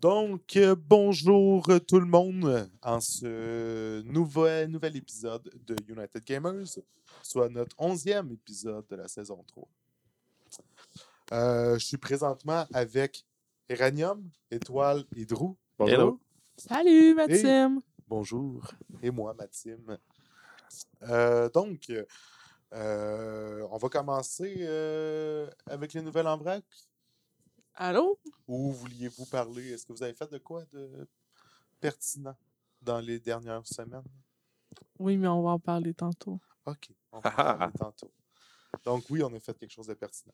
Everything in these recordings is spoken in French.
Donc, bonjour tout le monde en ce nouvel épisode de United Gamers, soit notre 11e épisode de la saison 3. Je suis présentement avec Eranium, Étoile et Drew. Bonjour. Hello. Salut, Maxime! Bonjour. Et moi, Maxime. On va commencer avec les nouvelles en vrac. Allô? Ou vouliez-vous parler? Est-ce que vous avez fait de quoi de pertinent dans les dernières semaines? Oui, mais on va en parler tantôt. OK, on va en parler tantôt. Donc oui, on a fait quelque chose de pertinent.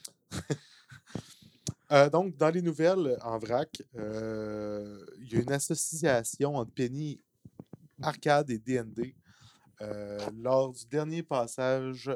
Donc, dans les nouvelles en vrac, il y a une association entre Penny Arcade et D&D. Lors du dernier passage,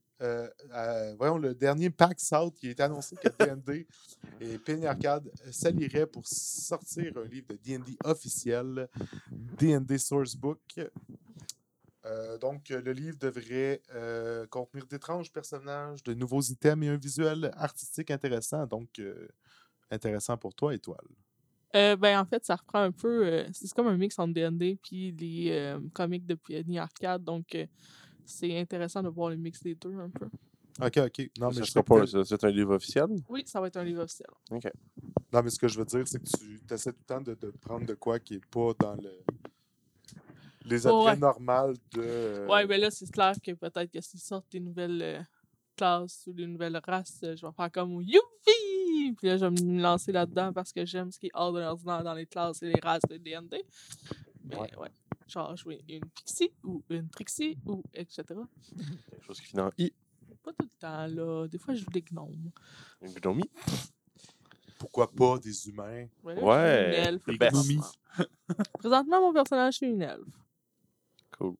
le dernier PAX Out, il est annoncé que D&D et Penny Arcade s'allieraient pour sortir un livre de D&D officiel, D&D Sourcebook. Donc, le livre devrait contenir d'étranges personnages, de nouveaux items et un visuel artistique intéressant. Donc, intéressant pour toi, Étoile. En fait, ça reprend un peu... c'est comme un mix entre D&D puis les comics de Penny Arcade. Donc, c'est intéressant de voir le mix des deux un peu. OK. Non, mais C'est un livre officiel? Oui, ça va être un livre officiel. OK. Non, mais ce que je veux dire, c'est que tu essaies tout le temps de prendre de quoi qui n'est pas dans les attraits normaux de... Ouais, mais là, c'est clair que peut-être que s'ils sortent des nouvelles classes ou des nouvelles races, je vais faire comme Youpi! Puis là, je vais me lancer là-dedans parce que j'aime ce qui est hors de l'ordinaire dans les classes et les races de D&D. Mais ouais. Genre jouer une Pixie ou une Trixie ou etc. Quelque chose qui finit en I. Pas tout le temps, là. Des fois, je joue des gnomes. Une gnomie. Pourquoi pas des humains? Ouais, là, je suis une elfe. Des Présentement. Présentement, mon personnage, c'est une elfe. Cool.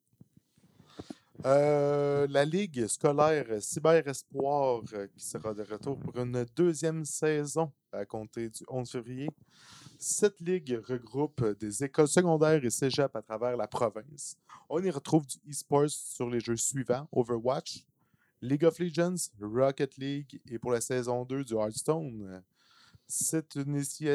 La Ligue scolaire Cyber Espoir qui sera de retour pour une deuxième saison à compter du 11 février. Cette ligue regroupe des écoles secondaires et cégep à travers la province. On y retrouve du e-sports sur les jeux suivants: Overwatch, League of Legends, Rocket League et pour la saison 2 du Hearthstone. C'est une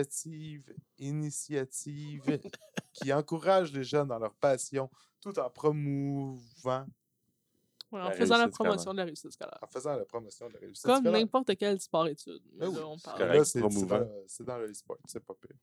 initiative qui encourage les jeunes dans leur passion tout en promouvant... En faisant la promotion de la réussite scolaire. En faisant la promotion de la réussite scolaire. Comme n'importe quel sport-études. Oui, là, on parle. là, c'est dans le e-sport, c'est pas pire.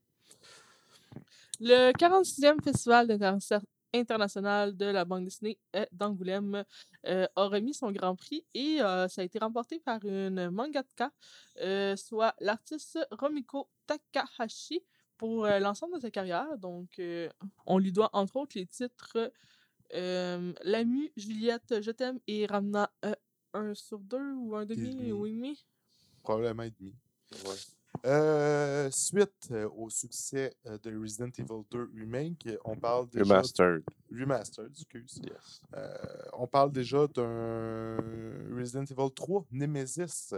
Le 46e Festival international de la bande dessinée d'Angoulême a remis son grand prix et ça a été remporté par une mangaka, soit l'artiste Romiko Takahashi, pour l'ensemble de sa carrière. Donc, on lui doit entre autres les titres Lamu, Juliette, Je t'aime et Ramna 1 sur 2 ou 1,5 ou 1,5? Probablement 1,5. Ouais. Suite au succès de Resident Evil 2 Remake, on parle déjà... Remastered, excuse. Yes. On parle déjà d'un Resident Evil 3 Nemesis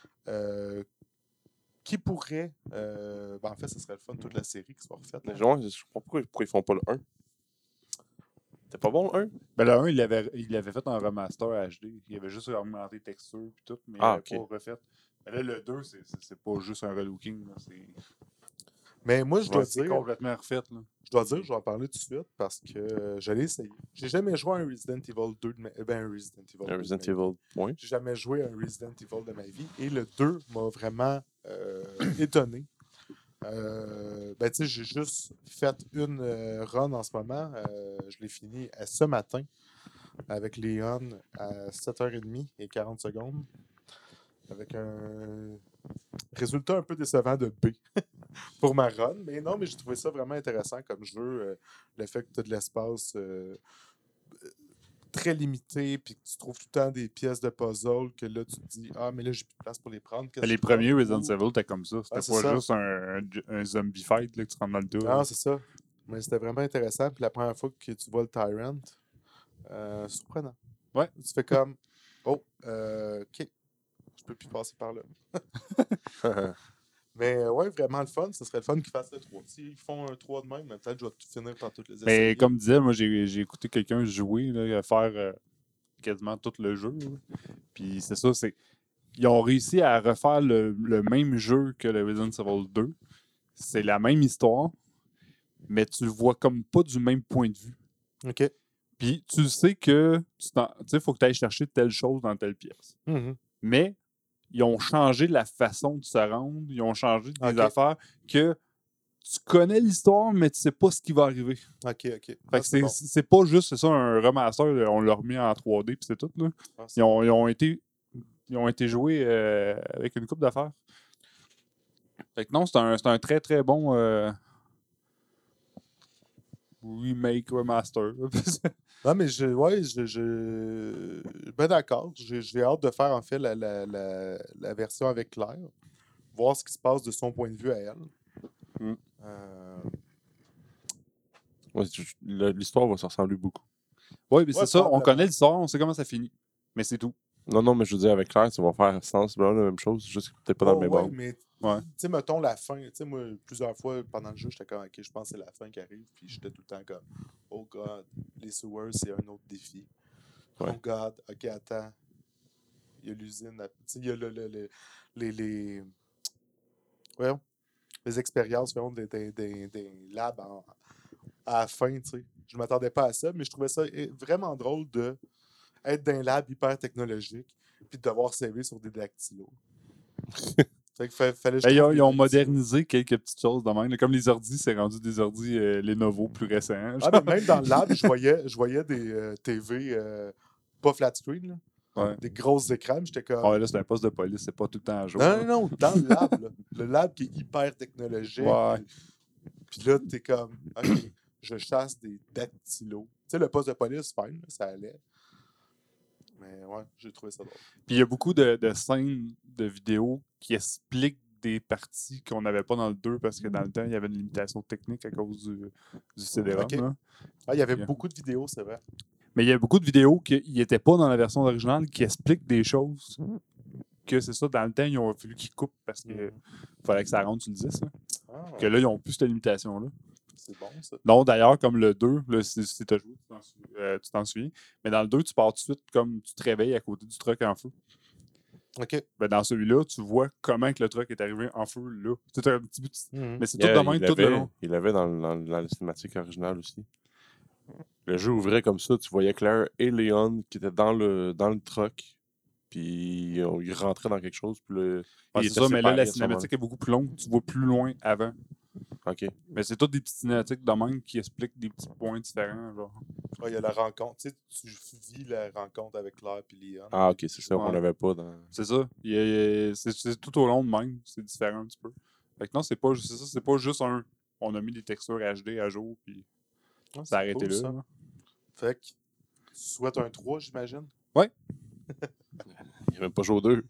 qui pourrait... en fait, ce serait le fun de toute la série qui soit refaite. Je comprends pourquoi ils font pas le 1. C'était pas bon le 1? Ben, le 1, il l'avait fait en remaster HD. Il avait juste augmenté les textures et tout, mais il n'avait pas refait. Mais là, le 2, c'est pas juste un relooking. Là, mais moi, je dois dire... C'est complètement refait. Là. Je dois dire, je vais en parler tout de suite parce que je l'ai essayé. J'ai jamais joué à un Resident Evil 2 un Resident Evil, oui. J'ai jamais joué à un Resident Evil de ma vie. Et le 2 m'a vraiment étonné. J'ai juste fait une run en ce moment. Je l'ai fini ce matin avec Léon à 7h30 et 40 secondes. Avec un résultat un peu décevant de B pour ma run. Mais non, mais j'ai trouvé ça vraiment intéressant comme jeu. Le fait que tu as de l'espace très limité, puis que tu trouves tout le temps des pièces de puzzle, que là, tu te dis « Ah, mais là, j'ai plus de place pour les prendre. » Les premiers Resident Evil, t'es comme ça. C'était pas juste un zombie fight là, que tu rentres dans le dos. Non, c'est ça. Mais c'était vraiment intéressant. Puis la première fois que tu vois le Tyrant, surprenant. Ouais. Tu fais comme « Oh, OK. Je peux plus passer par là. » Mais ouais, vraiment le fun. Ce serait le fun qu'ils fassent le 3. S'ils font un 3 de même, peut-être je vais tout finir par toutes les essayer. Mais comme disais, moi, j'ai écouté quelqu'un jouer, là, faire quasiment tout le jeu. Là. Puis c'est ça, ils ont réussi à refaire le même jeu que le Resident Evil 2. c'est la même histoire, mais tu le vois comme pas du même point de vue. OK. Puis tu sais que tu sais, faut que tu ailles chercher telle chose dans telle pièce. Mais ils ont changé la façon de se rendre, ils ont changé des affaires que tu connais l'histoire, mais tu sais pas ce qui va arriver. OK. Fait que c'est pas juste ça, un remaster, on l'a remis en 3D puis c'est tout. Là. Ils ont été joués avec une coupe d'affaires. Fait que non, c'est un très très bon remake, remaster. Non, mais ben d'accord. J'ai hâte de faire en fait la version avec Claire. Voir ce qui se passe de son point de vue à elle. Ouais, l'histoire va se ressembler beaucoup. Oui, mais c'est ça. On connaît l'histoire, on sait comment ça finit. Mais c'est tout. Non, mais je veux dire, avec Claire, ça va faire sensiblement la même chose, juste peut-être pas dans le même ordre. Mais tu sais, mettons la fin. Tu sais, moi, plusieurs fois pendant le jeu, j'étais comme, OK, je pense que c'est la fin qui arrive. Puis j'étais tout le temps comme, oh God, les sewers, c'est un autre défi. Ouais. Oh God, OK, attends. Il y a l'usine. Tu sais, il y a les expériences des labs à la fin, tu sais. Je m'attendais pas à ça, mais je trouvais ça vraiment drôle de être dans un lab hyper technologique puis de devoir saver sur des dactylos. Fallait ils ont modernisé quelques petites choses de même. Comme les ordis, c'est rendu des ordis Lenovo plus récents. Ah, mais même dans le lab, je voyais des TV pas flat screen, là. Ouais. Des grosses écrans. J'étais comme. Ouais, là, c'est un poste de police, c'est pas tout le temps à jour. Non, dans le lab. Là. Le lab qui est hyper technologique. Ouais. Puis là, t'es comme, OK, je chasse des dactylos. Tu sais, le poste de police, fine, ça allait. Mais ouais, j'ai trouvé ça drôle. Puis il y a beaucoup de scènes de vidéos qui expliquent des parties qu'on n'avait pas dans le 2 parce que dans le temps, il y avait une limitation technique à cause du CD-ROM. Okay. Ah, il y avait beaucoup de vidéos, c'est vrai. Mais il y a beaucoup de vidéos qui n'étaient pas dans la version originale qui expliquent des choses que c'est ça, dans le temps, ils ont fallu qu'ils coupent parce qu'il fallait que ça rentre sur le 10. Que là, ils n'ont plus cette limitation-là. C'est bon, ça. Non, d'ailleurs, comme le 2, là, si tu as joué, tu t'en souviens. Mais dans le 2, tu pars tout de suite comme tu te réveilles à côté du truck en feu. OK. Ben, dans celui-là, tu vois comment que le truck est arrivé en feu là. C'est un petit bout. Mais c'est tout de même, tout le long. Il l'avait dans la cinématique originale aussi. Le jeu ouvrait comme ça, tu voyais Claire et Leon qui étaient dans le truck. Puis ils rentraient dans quelque chose. Puis c'est ça, mais là, la cinématique est beaucoup plus longue. Tu vois plus loin avant. OK. Mais c'est toutes des petites cinématiques de même qui expliquent des petits points différents. Genre. Il y a la rencontre. Tu sais, tu vis la rencontre avec Claire et Leon. Ah, OK, c'est ça qu'on n'avait pas dans. C'est ça. C'est tout au long de même. C'est différent un petit peu. Fait que non, c'est pas juste un. On a mis des textures HD à jour, puis ça a arrêté là. Fait que tu souhaites un 3, j'imagine? Ouais. Il n'y a même pas joué au 2.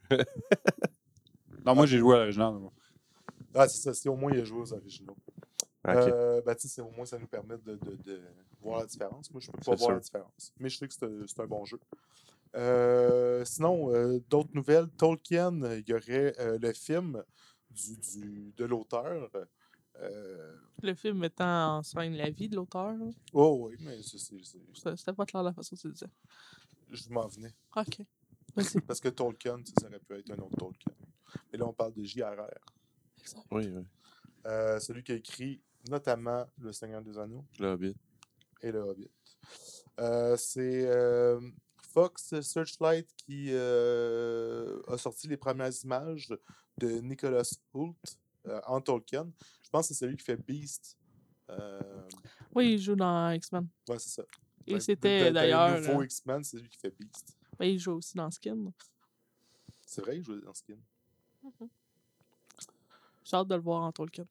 Non, moi, j'ai joué à l'original. Ah, c'est ça. Si au moins il a joué aux originaux. Okay. Tu sais, au moins, ça nous permet de voir la différence. Moi, je peux pas voir la différence. Mais je sais que c'est un bon jeu. Sinon, d'autres nouvelles. Tolkien, il y aurait le film de l'auteur. Le film mettant en scène la vie de l'auteur. Oh oui, mais c'était pas clair la façon dont tu le disais. Je m'en venais. OK. Parce que Tolkien, ça aurait pu être un autre Tolkien. Mais là, on parle de J.R.R. Exact. Oui. Celui qui a écrit notamment Le Seigneur des Anneaux. Le Hobbit. Et Le Hobbit. C'est Fox Searchlight qui a sorti les premières images de Nicholas Hoult en Tolkien. Je pense que c'est celui qui fait Beast. Oui, il joue dans X-Men. Ouais, c'est ça. Et c'était d'ailleurs. Le nouveau X-Men, c'est lui qui fait Beast. Mais il joue aussi dans Skin. C'est vrai, il joue dans Skin. J'ai hâte de le voir en Tolkien.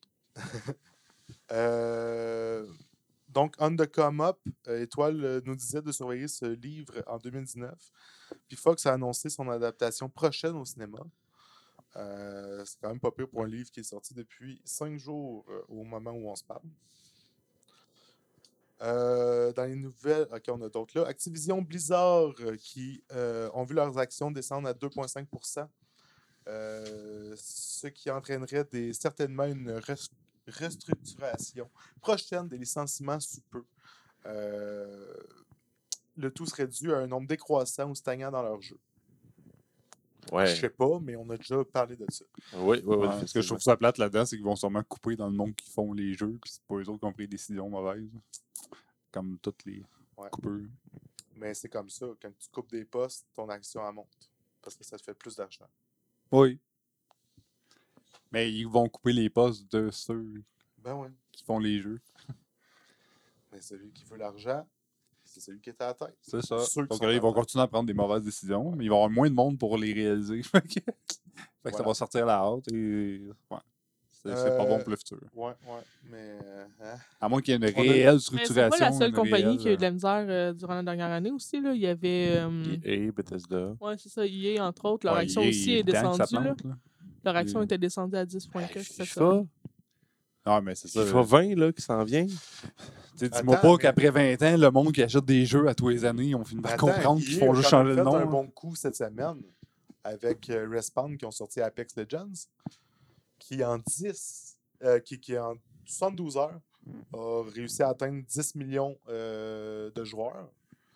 Donc, On the Come Up, Étoile nous disait de surveiller ce livre en 2019. Puis Fox a annoncé son adaptation prochaine au cinéma. C'est quand même pas pire pour un livre qui est sorti depuis 5 jours au moment où on se parle. Dans les nouvelles, OK, on a d'autres là. Activision Blizzard qui ont vu leurs actions descendre à 2,5%. Ce qui entraînerait certainement une restructuration prochaine des licenciements sous peu. Le tout serait dû à un nombre décroissant ou stagnant dans leur jeu. Ouais. Je sais pas, mais on a déjà parlé de ça. Oui, oui, oui. Ce que je trouve ça plate là-dedans, c'est qu'ils vont sûrement couper dans le monde qui font les jeux, puis c'est pas eux autres qui ont pris des décisions mauvaises. Comme toutes les coupeurs. Mais c'est comme ça. Quand tu coupes des postes, ton action elle monte. Parce que ça te fait plus d'argent. Oui. Mais ils vont couper les postes de ceux Ben oui. qui font les jeux. Mais celui qui veut l'argent, c'est celui qui est à la tête. C'est ça. Ceux qui Donc sont là, ils à vont la tête. continuer à prendre des mauvaises décisions, mais ils vont avoir moins de monde pour les réaliser. Fait que ça Voilà. va sortir la hâte et. Ouais. C'est pas bon pour le futur. Ouais. Mais. Hein? À moins qu'il y ait une a- réelle Mais structuration. c'est pas la seule une compagnie qui a eu réelle, de la misère durant la dernière année aussi. Là. Il y avait. EA, Bethesda. Ouais, c'est ça, EA, entre autres. Leur Ouais, action il aussi est évident que ça descendue. Là. plante, là. Leur action Et- était descendue à 10,4 cette FIFA, semaine. Ah, mais c'est ça. FIFA 20 là, qui s'en vient. Dis-moi Attends, pas qu'après 20 ans, le monde qui achète des jeux à tous les années, ils ont fini par Attends, comprendre qu'ils EA font a juste quand même changer le fait nom. un hein. bon coup cette semaine avec Respawn qui ont sorti Apex Legends, qui en 10, qui en 72 heures a réussi à atteindre 10 millions de joueurs.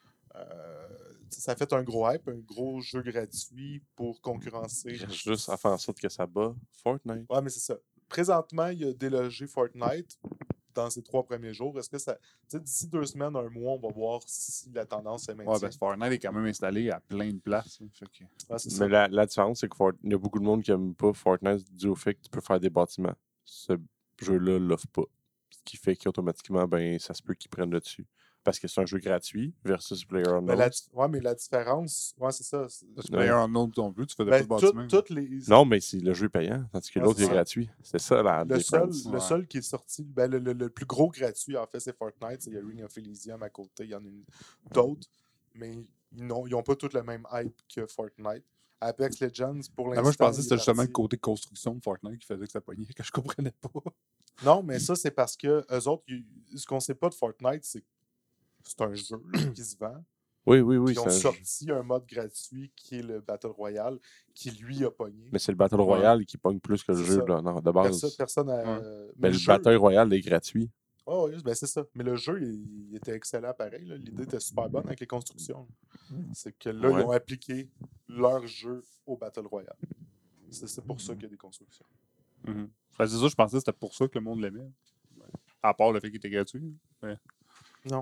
Ça a fait un gros hype, un gros jeu gratuit pour concurrencer. Il reste juste à faire en sorte que ça bat Fortnite. Ouais, mais c'est ça. Présentement, il a délogé Fortnite dans ses 3 premiers jours. Est-ce que ça. Tu sais, d'ici 2 semaines, un mois, on va voir si la tendance se maintient. Ouais, parce que Fortnite est quand même installé à plein de places. Fait que... Ouais, c'est ça. Mais la différence, c'est qu'il y a beaucoup de monde qui n'aime pas Fortnite dû au fait que tu peux faire des bâtiments. Ce jeu-là ne l'offre pas. Ce qui fait qu'automatiquement, ben, ça se peut qu'ils prennent le dessus. Parce que c'est un jeu gratuit versus PlayerUnknown's. Mais la différence, ouais, c'est ça. Parce que PlayerUnknown's non plus, tu faisais Ben, pas de bâtiment. toutes les... Non, mais le jeu est payant, tandis que Ouais, l'autre c'est est ça. gratuit. C'est ça la Le différence. seul qui est sorti, ben, le plus gros gratuit, en fait, c'est Fortnite. Il y a Ring of Elysium à côté. Il y en a d'autres, mais ils n'ont pas tous le même hype que Fortnite. Apex Legends, pour l'instant. Moi, je pensais que il c'était est justement le parti. côté construction de Fortnite qui faisait que ça pognait, que je comprenais pas. Non, mais ça, c'est parce que eux autres, ce qu'on sait pas de Fortnite, c'est que c'est un jeu là, qui se vend. Oui, Puis ils ont c'est un jeu. sorti un mode gratuit qui est le Battle Royale, qui lui a pogné. Mais c'est le Battle Royale qui pogne plus que le C'est jeu ça. là, non, de base. Personne a. Ouais. Mais le jeu, Battle Royale est gratuit. oh, oui, ben c'est ça. Mais le jeu, il était excellent pareil. Là. L'idée était super bonne avec les constructions. C'est que là, Ouais. ils ont appliqué leur jeu au Battle Royale. C'est pour ça qu'il y a des constructions. Mhm. C'est ça, je pensais que c'était pour ça que le monde l'aimait. À part le fait qu'il était gratuit. Ouais. Non,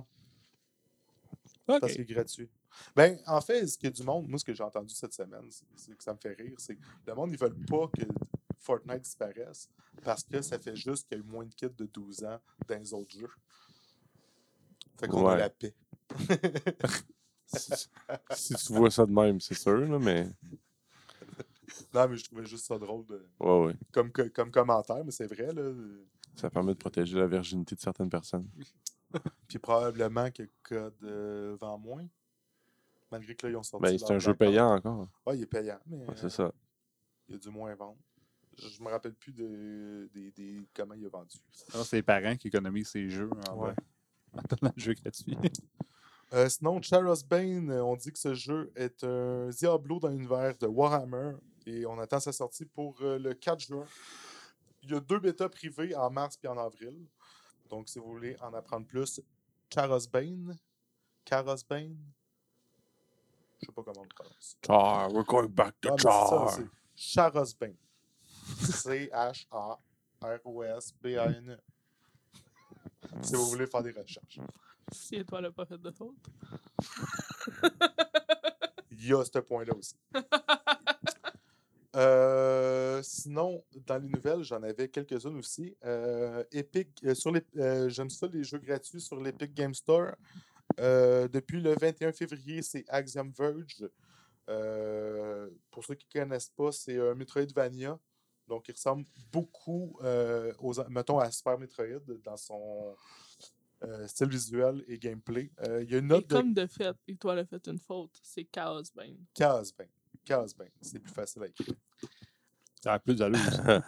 Ok. parce qu'il est gratuit. Ben, en fait, ce qu'il y a du monde, moi, ce que j'ai entendu cette semaine, c'est que ça me fait rire, c'est que le monde, ils veulent pas que Fortnite disparaisse parce que ça fait juste qu'il y a eu moins de kids de 12 ans dans les autres jeux. Fait qu'on a Ouais. la paix. Si tu vois ça de même, c'est sûr, là, mais. Non, mais je trouvais juste ça drôle Ouais. comme commentaire, mais c'est vrai, là. Ça permet de protéger la virginité de certaines personnes. Puis probablement que Code vend moins. Malgré que là, ils ont sorti. Ben, c'est leur un jeu Blackout. payant encore. Ouais, il est payant, mais Ouais, c'est ça. il a du moins vendre. Je me rappelle plus des comment il a vendu. Alors, c'est les parents qui économisent ces jeux Ouais. en donnant le jeu gratuit. Sinon, Charos Bane, on dit que ce jeu est un Diablo dans l'univers de Warhammer et on attend sa sortie pour le 4 juin. Il y a 2 bêtas privées en mars et en avril. Donc, si vous voulez en apprendre plus, Charos Bane. Je sais pas comment on le prononce. Char, we're going back to Ah, mais c'est ça, Char. c'est Charos Bane. CHAROSBANE. Si vous voulez faire des recherches. Si Étoile n'a pas fait de faute. Il y a ce point-là aussi. Sinon, dans les nouvelles, j'en avais quelques-unes aussi. Epic, j'aime ça, les jeux gratuits sur l'Epic Game Store. Depuis le 21 février, c'est Axiom Verge. Pour ceux qui ne connaissent pas, c'est un Metroidvania. Donc, il ressemble beaucoup mettons, à Super Metroid dans son style visuel et gameplay. Il y a une Et note comme de fait, Étoile a fait une faute, c'est Chaos Bane. Chaos Bane. C'est plus facile à écrire. Ça a plus d'allure.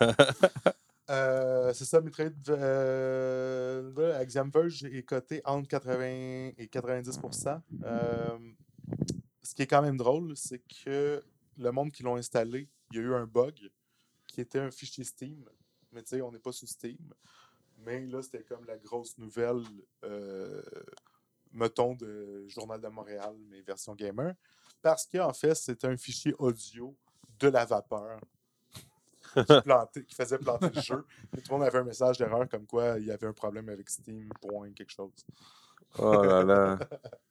C'est ça, Metroid Axiom Verge est coté entre 80 et 90%. Ce qui est quand même drôle, c'est que le monde qui l'ont installé, il y a eu un bug qui était un fichier Steam. Mais tu sais, on n'est pas sur Steam. Mais là, c'était comme la grosse nouvelle, mettons, de Journal de Montréal, mais version gamer. Parce qu'en fait, c'est un fichier audio de la vapeur qui faisait planter le jeu. Et tout le monde avait un message d'erreur comme quoi il y avait un problème avec Steam, point, quelque chose. Oh là là.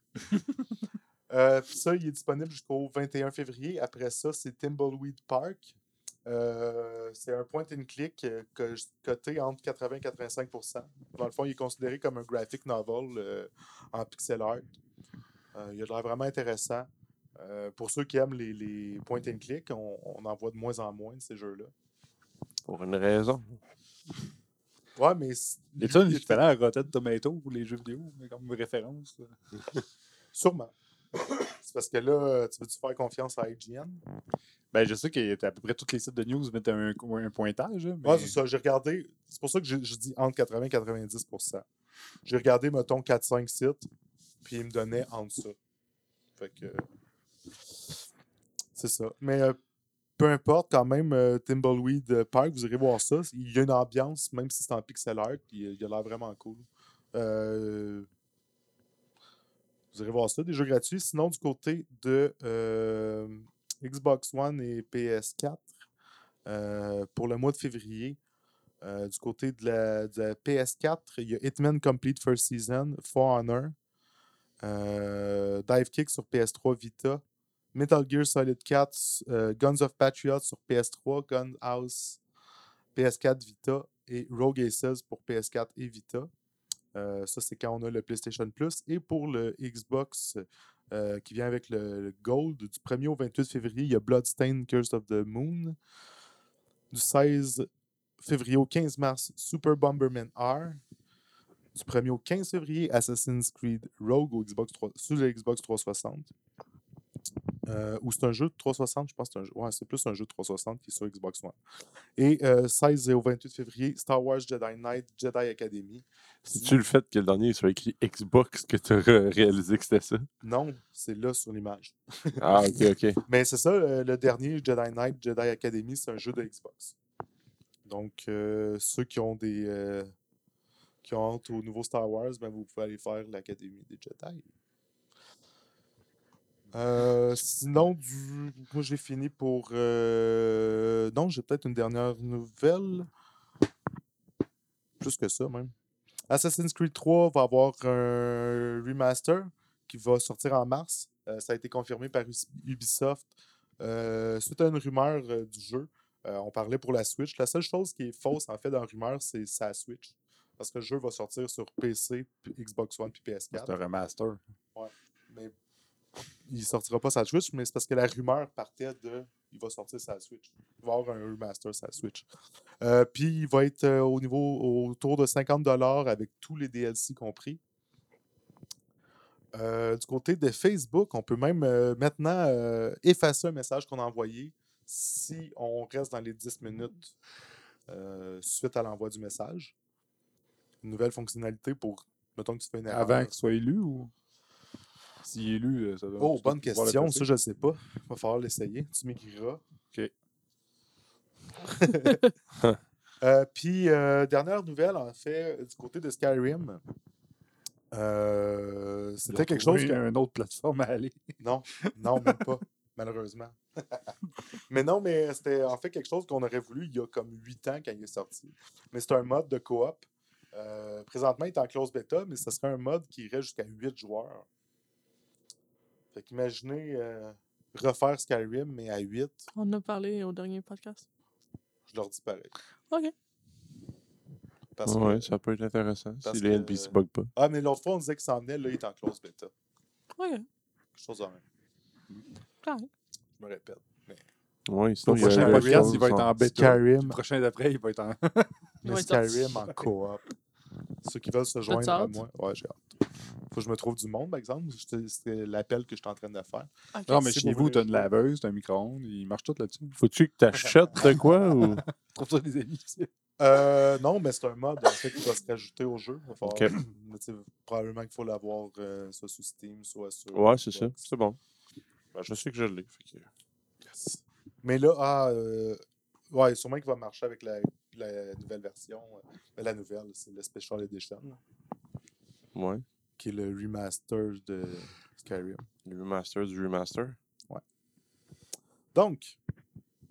Puis ça, il est disponible jusqu'au 21 février. Après ça, c'est Thimbleweed Park. C'est un point and click coté entre 80 et 85%. Dans le fond, il est considéré comme un graphic novel en pixel art. Il a l'air vraiment intéressant. Pour ceux qui aiment les point and click, on en voit de moins en moins de ces jeux-là. Pour une raison. Ouais, mais. Y a-t-il un équivalent à Rotten Tomato pour les jeux vidéo, comme référence? Sûrement. C'est parce que là, tu veux-tu faire confiance à IGN? Ben, je sais qu'à peu près tous les sites de news mettent un pointage. Mais... Ouais, c'est ça. J'ai regardé. C'est pour ça que je dis entre 80 et 90%. J'ai regardé, mettons, 4-5 sites, puis ils me donnaient en ça. Fait que. C'est ça. Mais peu importe, quand même, Thimbleweed Park, vous irez voir ça. Il y a une ambiance, même si c'est en pixel art, il a l'air vraiment cool. Vous irez voir ça, des jeux gratuits. Sinon, du côté de Xbox One et PS4, pour le mois de février, du côté de la PS4, il y a Hitman Complete First Season, For Honor, Dive Kick sur PS3 Vita, Metal Gear Solid 4, Guns of Patriot sur PS3, Gunhouse PS4 Vita et Rogue Aces pour PS4 et Vita. Ça, c'est quand on a le PlayStation Plus. Et pour le Xbox qui vient avec le Gold, du 1er au 28 février, il y a Bloodstained Curse of the Moon. Du 16 février au 15 mars, Super Bomberman R. Du 1er au 15 février, Assassin's Creed Rogue sur le Xbox 360. Ou c'est un jeu de 360, je pense que c'est un jeu. Ouais, c'est plus un jeu de 360 qui est sur Xbox One. Et 16 au 28 février, Star Wars Jedi Knight, Jedi Academy. C'est-tu le fait que le dernier soit écrit Xbox que tu as réalisé que c'était ça? Non, c'est là sur l'image. Ah, ok. Mais c'est ça, le dernier Jedi Knight, Jedi Academy, c'est un jeu de Xbox. Donc, ceux qui ont qui ont hâte au nouveau Star Wars, ben, vous pouvez aller faire l'Académie des Jedi. Sinon, moi j'ai fini pour. Non, j'ai peut-être une dernière nouvelle. Plus que ça, même. Assassin's Creed 3 va avoir un remaster qui va sortir en mars. Ça a été confirmé par Ubisoft suite à une rumeur du jeu. On parlait pour la Switch. La seule chose qui est fausse, en fait, dans la rumeur, c'est sa Switch. Parce que le jeu va sortir sur PC, Xbox One puis PS4. C'est un remaster. Ouais. Mais il sortira pas sa Switch, mais c'est parce que la rumeur partait de il va sortir sa Switch. Il va avoir un remaster sa Switch. Puis il va être autour de 50$ avec tous les DLC compris. Du côté de Facebook, on peut même maintenant effacer un message qu'on a envoyé si on reste dans les 10 minutes suite à l'envoi du message. Une nouvelle fonctionnalité pour, mettons que tu fais une erreur. Avant qu'il soit élu ou s'il est élu, ça doit. Oh, bonne question. Ça, je ne sais pas. Il va falloir l'essayer. Tu m'écriras. OK. Puis, dernière nouvelle, en fait, du côté de Skyrim. C'était quelque chose. Il y a une autre plateforme à aller. Non, même pas, malheureusement. mais c'était en fait quelque chose qu'on aurait voulu il y a comme 8 ans quand il est sorti. Mais c'est un mode de coop. Présentement, il est en close beta, mais ce serait un mode qui irait jusqu'à 8 joueurs. Fait qu'imaginez refaire Skyrim, mais à 8. On en a parlé au dernier podcast. Je leur dis pareil. OK. Ouais, ça peut être intéressant si les NPC bug pas. Ah, mais l'autre fois, on disait qu'il s'en venait, là, il est en close beta. OK. Quelque chose de même. Correct. Je me répète. Mais... Oui, sinon, Le prochain podcast, il va être en bêta. Skyrim. Le prochain d'après, il va être en. Mais Ouais, Skyrim en coop. Ceux qui veulent se joindre à hâte? moi. Ouais, j'ai hâte. Faut que je me trouve du monde, par exemple. C'était l'appel que je suis en train de faire. OK. Non, mais Si chez vous vous, tu as voulez une jouer. laveuse, tu as un micro-ondes, il marche tout là-dessus. Faut-tu que t'achètes de quoi ou. Trouve-toi des amis. Non, mais c'est un mode en fait, qui va se rajouter au jeu. Il va falloir- Ok. mais tu sais, probablement qu'il faut l'avoir soit sur Steam, soit sur. Ouais, c'est ça. Xbox. C'est bon. Ben, je sais que je l'ai. Fait que... Yes. Mais là, ouais, sûrement qu'il va marcher avec la nouvelle version. La nouvelle, c'est le Special Edition, là, Ouais. qui est le remaster de Skyrim. Le remaster du remaster. Donc,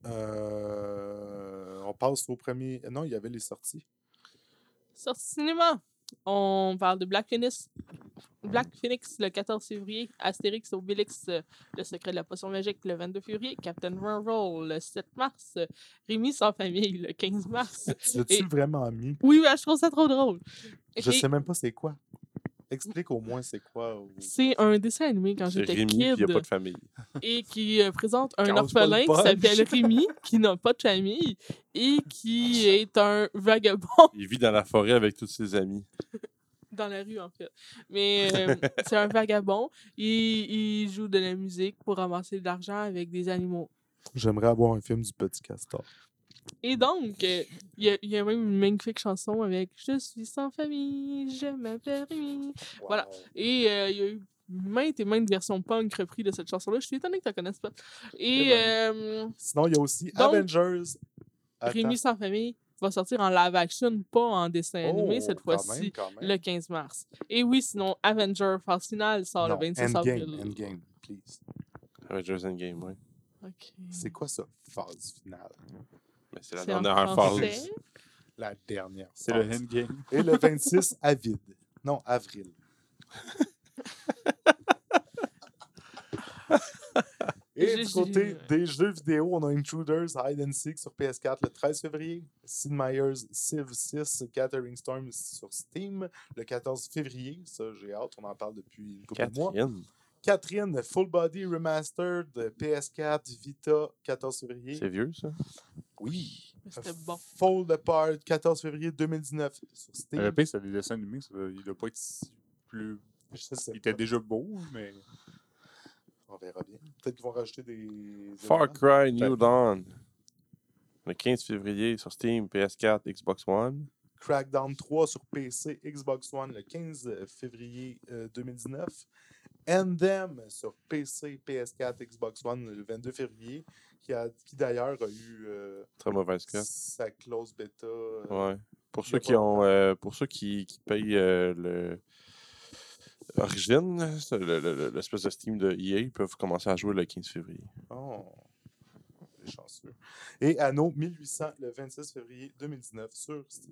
On passe au premier. Non, il y avait les sorties. Sortie cinéma. On parle de Black Phoenix le 14 février, Astérix Obélix, Le secret de la potion magique le 22 février, Captain Marvel le 7 mars, Rémi sans famille le 15 mars. Tu l'as-tu Et- vraiment mis? Oui, je trouve ça trop drôle. Je Et sais même pas c'est quoi. Explique au moins c'est quoi. c'est un dessin animé quand C'est j'étais Rémi, puis il kid n'y a pas de famille. et qui présente un Cache pas le orphelin qui punch. s'appelle Rémi, qui n'a pas de famille et qui est un vagabond Il vit dans la forêt avec tous ses amis. dans la rue, en fait. Mais c'est un vagabond. Il joue de la musique pour ramasser de l'argent avec des animaux. J'aimerais avoir un film du Petit Castor. Et donc, il y a même une magnifique chanson avec « Je suis sans famille, je m'appelle Rémi ». Voilà. Et il y a eu maintes et maintes versions punk reprises de cette chanson-là. Je suis étonnée que tu la connaisses pas. Et Sinon, il y a aussi donc, Avengers. Rémi sans famille va sortir en live action, pas en dessin animé cette quand fois-ci, même, quand même. le 15 mars. Et oui, sinon, Avenger phase finale sort Non, le 26 avril. Endgame, please. Avengers Endgame, ouais. Ok. C'est quoi ça, phase finale? Mais c'est la C'est en dernière français. phase. La dernière C'est le phase. endgame. Et le 26, avril. Non, avril. Et du côté des jeux vidéo, on a Intruders Hide and Seek sur PS4 le 13 février, Sid Meier's Civ 6 Gathering Storm sur Steam le 14 février. Ça, j'ai hâte, on en parle depuis une couple de mois. Catherine, Full Body Remastered PS4 Vita 14 février. C'est vieux, ça? Oui. C'était bon. Fall Apart 14 février 2019 sur Steam. Le pire, c'est des dessins animés, il doit pas être si plus. Je sais Il était pas. déjà beau, mais. On verra bien. Peut-être qu'ils vont rajouter des. Far éléments. Cry New Dawn. Le 15 février sur Steam, PS4, Xbox One. Crackdown 3 sur PC, Xbox One le 15 février 2019. Endem sur PC, PS4, Xbox One le 22 février, qui d'ailleurs a eu Très mauvaise cote. sa close bêta. Ouais. Pour il y ceux a qui pas ont, pour ceux qui payent le Origin, l'espèce de Steam de EA, ils peuvent commencer à jouer le 15 février. Oh, les chanceux. Et Anno 1800 le 26 février 2019 sur Steam.